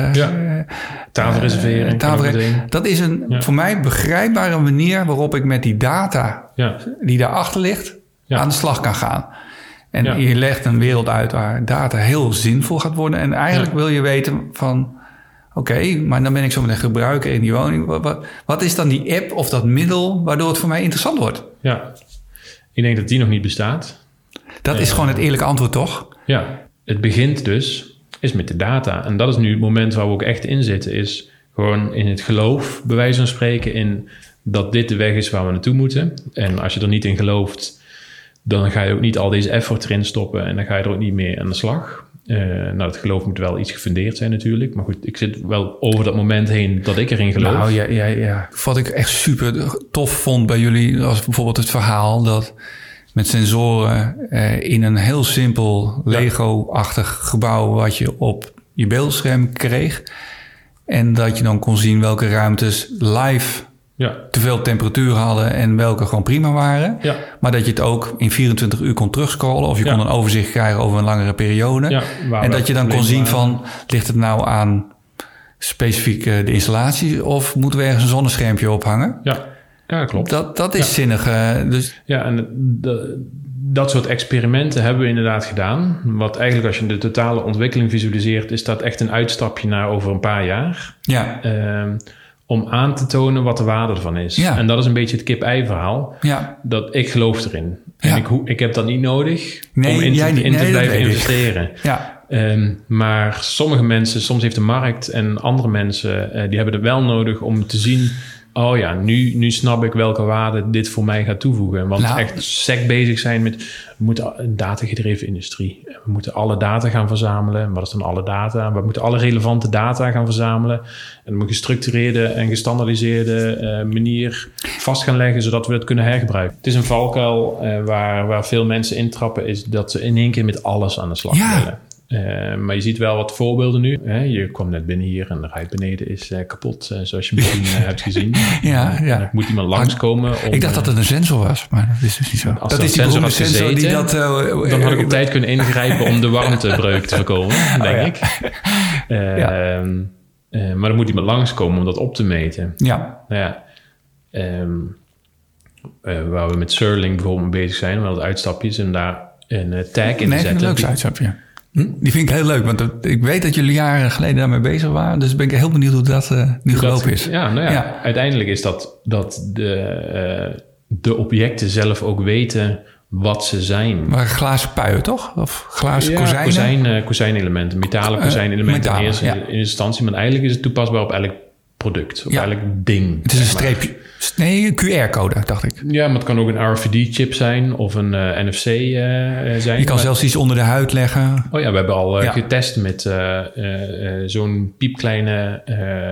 tafelreservering. Dat is een voor mij begrijpbare manier waarop ik met die data die daarachter ligt aan de slag kan gaan. En je legt een wereld uit waar data heel zinvol gaat worden. En eigenlijk wil je weten van... Oké, maar dan ben ik zo meteen gebruiker in die woning. Wat is dan die app of dat middel waardoor het voor mij interessant wordt? Ja, ik denk dat die nog niet bestaat. Dat is gewoon het eerlijke antwoord, toch? Ja, het begint dus is met de data. En dat is nu het moment waar we ook echt in zitten. Is gewoon in het geloof, bij wijze van spreken, in dat dit de weg is waar we naartoe moeten. En als je er niet in gelooft, dan ga je ook niet al deze effort erin stoppen. En dan ga je er ook niet meer aan de slag. Nou, dat geloof moet wel iets gefundeerd zijn natuurlijk. Maar goed, ik zit wel over dat moment heen dat ik erin geloof. Nou ja. Wat ik echt super tof vond bij jullie... was bijvoorbeeld het verhaal dat met sensoren... in een heel simpel Lego-achtig gebouw... wat je op je beeldscherm kreeg... en dat je dan kon zien welke ruimtes live... te veel temperatuur hadden en welke gewoon prima waren. Ja. Maar dat je het ook in 24 uur kon terugscrollen... of je kon een overzicht krijgen over een langere periode. Ja, en dat je dan kon zien van... ligt het nou aan specifiek de installatie... of moeten we ergens een zonneschermpje ophangen? Ja, klopt. Dat is zinnig. Dus... Ja, en dat soort experimenten hebben we inderdaad gedaan. Wat eigenlijk als je de totale ontwikkeling visualiseert... is dat echt een uitstapje naar over een paar jaar. Ja. Om aan te tonen wat de waarde ervan is. Ja. En dat is een beetje het kip-ei verhaal. Ja. Dat ik geloof erin. En ik heb dat niet nodig om in te blijven investeren. Ja. Maar sommige mensen, soms heeft de markt en andere mensen... die hebben het wel nodig om te zien... oh ja, nu snap ik welke waarde dit voor mij gaat toevoegen. Want echt sec bezig zijn met... we moeten een datagedreven industrie. We moeten alle data gaan verzamelen. Wat is dan alle data? We moeten alle relevante data gaan verzamelen. En op een gestructureerde en gestandaardiseerde manier vast gaan leggen... zodat we het kunnen hergebruiken. Het is een valkuil waar veel mensen intrappen... is dat ze in één keer met alles aan de slag willen. Maar je ziet wel wat voorbeelden nu. Je kwam net binnen hier en de rij beneden is kapot, zoals je misschien hebt gezien. Er moet iemand langskomen. Ik dacht dat het een sensor was, maar dat is dus niet zo. Als dat is die sensor had gezeten, die dat, dan had ik op tijd kunnen ingrijpen om de warmtebreuk te voorkomen, denk ik. Maar er moet iemand langskomen om dat op te meten. Waar we met Surling bijvoorbeeld mee bezig zijn, met uitstapjes en daar een tag in te zetten. Een leuk uitstapje. Die vind ik heel leuk, want ik weet dat jullie jaren geleden daarmee bezig waren. Dus ben ik heel benieuwd hoe dat nu gelopen is. Uiteindelijk is dat de objecten zelf ook weten wat ze zijn. Maar glazen puien, toch? Of glazen kozijnen? Kozijnelementen, metalen kozijnelementen in eerste instantie. Maar eigenlijk is het toepasbaar op elk product, op elk ding. Het is een streepje. Nee, een QR-code, dacht ik. Ja, maar het kan ook een RFID-chip zijn of een NFC zijn. Je kan zelfs iets onder de huid leggen. Oh ja, we hebben al getest met zo'n piepkleine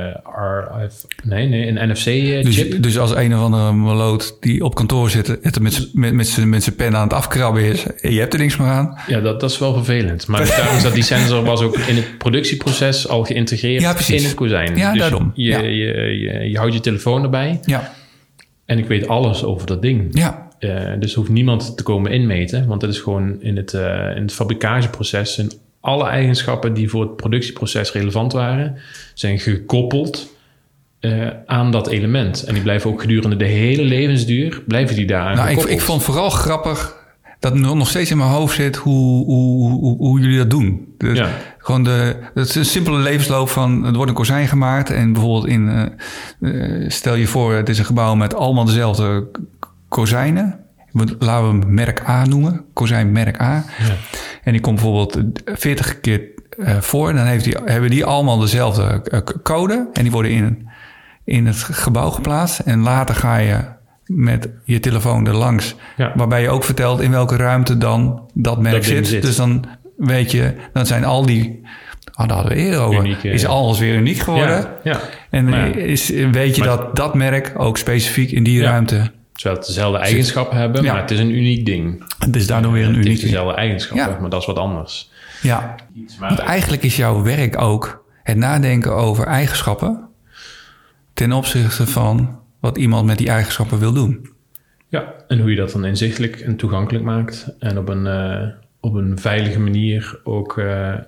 een NFC-chip. Dus als een of andere maloot die op kantoor zit... het met zijn pen aan het afkrabben is... en je hebt er niks meer aan. Ja, dat is wel vervelend. Maar daarom is dat die sensor was ook in het productieproces al geïntegreerd in het kozijn. Ja, dus daarom. Je houdt je telefoon erbij... Ja. En ik weet alles over dat ding. Ja. Dus hoeft niemand te komen inmeten. Want dat is gewoon in het fabrikageproces... en alle eigenschappen die voor het productieproces relevant waren... zijn gekoppeld aan dat element. En die blijven ook gedurende de hele levensduur... blijven die daar aan gekoppeld. Ik vond vooral grappig... dat nog steeds in mijn hoofd zit hoe jullie dat doen. Het is een simpele levensloop van... er wordt een kozijn gemaakt... en bijvoorbeeld stel je voor... het is een gebouw met allemaal dezelfde kozijnen. Laten we hem merk A noemen. Kozijn merk A. Ja. En die komt bijvoorbeeld 40 keer voor... dan hebben die allemaal dezelfde code... en die worden in het gebouw geplaatst... en later ga je... met je telefoon erlangs. Ja. Waarbij je ook vertelt in welke ruimte dan dat merk zit. Dus dan weet je, dan zijn al die Daar hadden we eerder over. Uniek, is alles weer uniek geworden. Ja. En weet je dat merk ook specifiek in die ruimte... Terwijl het dezelfde eigenschappen hebben, maar het is een uniek ding. Het is daardoor weer een uniek ding. Het heeft dezelfde eigenschappen, maar dat is wat anders. Ja, want eigenlijk is jouw werk ook het nadenken over eigenschappen... ten opzichte van wat iemand met die eigenschappen wil doen. Ja, en hoe je dat dan inzichtelijk en toegankelijk maakt. En op een veilige manier ook...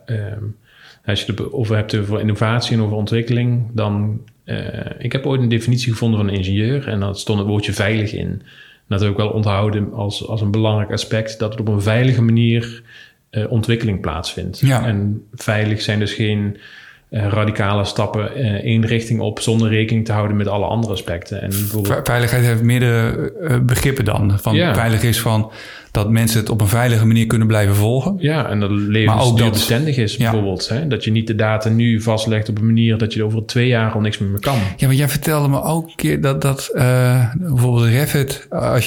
als je het over hebt over innovatie en over ontwikkeling... dan... ik heb ooit een definitie gevonden van een ingenieur... en daar stond het woordje veilig in. En dat heb ik wel onthouden als een belangrijk aspect... dat het op een veilige manier ontwikkeling plaatsvindt. Ja. En veilig zijn dus geen... radicale stappen één richting op... zonder rekening te houden met alle andere aspecten. En veiligheid heeft meerdere begrippen dan. Veilig is van dat mensen het op een veilige manier kunnen blijven volgen. Ja, en dat levensduurbestendig is bijvoorbeeld. Hè? Dat je niet de data nu vastlegt op een manier... dat je over 2 jaar al niks meer kan. Ja, maar jij vertelde me ook een keer dat bijvoorbeeld Revit...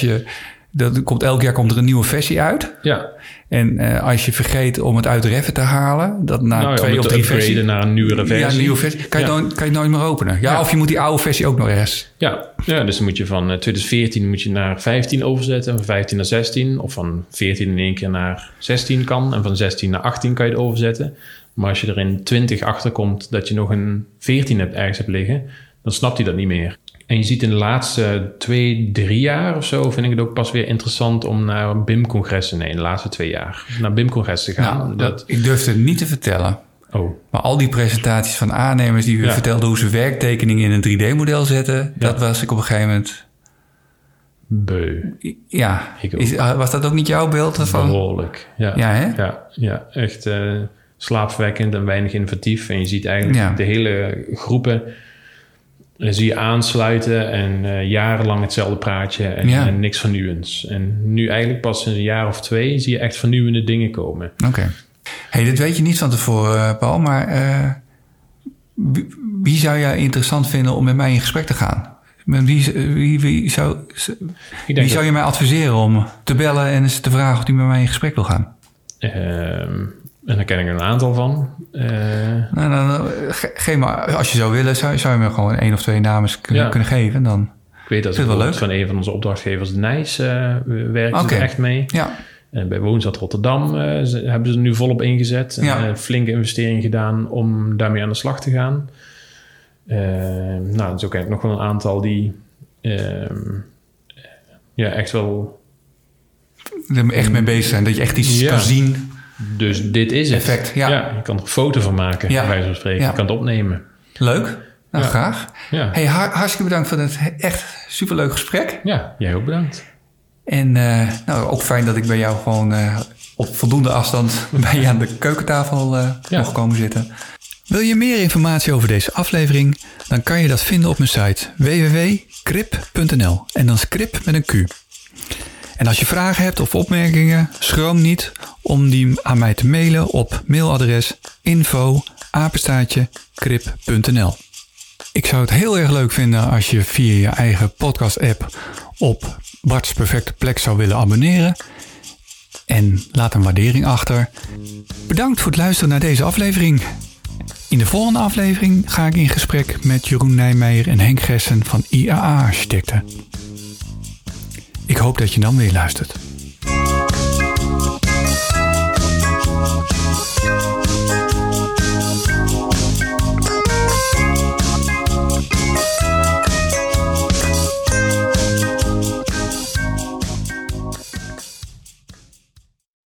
elk jaar komt er een nieuwe versie uit. Ja. En als je vergeet om het uit Revit te halen... dat na 2 of 3 versies... naar een nieuwere versie. Ja, een nieuwe versie. Kan je nooit meer openen. Ja, of je moet die oude versie ook nog eens. Ja, dus dan moet je van 2014 moet je naar 15 overzetten... van 15 naar 16... of van 14 in één keer naar 16 kan... en van 16 naar 18 kan je het overzetten. Maar als je er in 20 achterkomt... dat je nog een 14 ergens hebt liggen... dan snapt hij dat niet meer. En je ziet in de laatste 2-3 jaar of zo... vind ik het ook pas weer interessant om naar BIM-congressen... in de laatste 2 jaar naar BIM-congressen te gaan. Nou, ik durfde het niet te vertellen. Oh. Maar al die presentaties van aannemers... die we vertelden hoe ze werktekeningen in een 3D-model zetten... dat was ik op een gegeven moment... Beu. Ja. Was dat ook niet jouw beeld ervan? Behoorlijk, ja. Ja, hè? Ja, echt slaapverwekkend en weinig innovatief. En je ziet eigenlijk de hele groepen... zie je aansluiten en jarenlang hetzelfde praatje en niks vernieuwends. En nu eigenlijk pas sinds een jaar of 2 zie je echt vernieuwende dingen komen. Oké. Hey, dit weet je niet van tevoren, Paul, maar wie zou jij interessant vinden om met mij in gesprek te gaan? Wie zou je mij adviseren om te bellen en eens te vragen of die met mij in gesprek wil gaan? En daar ken ik er een aantal van. Geef maar, als je zou willen, zou je me gewoon 1 of 2 namen kunnen geven. Dan ik weet dat het wel leuk. Van een van onze opdrachtgevers, Nijs, werkt er echt mee. Ja. En bij Woonstad Rotterdam hebben ze er nu volop ingezet. En flinke investering gedaan om daarmee aan de slag te gaan. Zo ken ik nog wel een aantal die echt wel... er echt mee bezig zijn, dat je echt iets kan zien... Dus dit is het. Effect, je kan er een foto van maken, bij wijze van spreken. Je kan het opnemen. Leuk. Graag. Ja. Hey, hartstikke bedankt voor het echt superleuk gesprek. Ja, jij ook bedankt. En ook fijn dat ik bij jou gewoon op voldoende afstand bij je aan de keukentafel mocht komen zitten. Wil je meer informatie over deze aflevering? Dan kan je dat vinden op mijn site www.krip.nl en dan Krip met een Q. En als je vragen hebt of opmerkingen, schroom niet om die aan mij te mailen op mailadres info@krip.nl. Ik zou het heel erg leuk vinden als je via je eigen podcast-app op Bart's Perfecte Plek zou willen abonneren. En laat een waardering achter. Bedankt voor het luisteren naar deze aflevering. In de volgende aflevering ga ik in gesprek met Jeroen Nijmeijer en Henk Gessen van IAA Architecten. Ik hoop dat je dan weer luistert.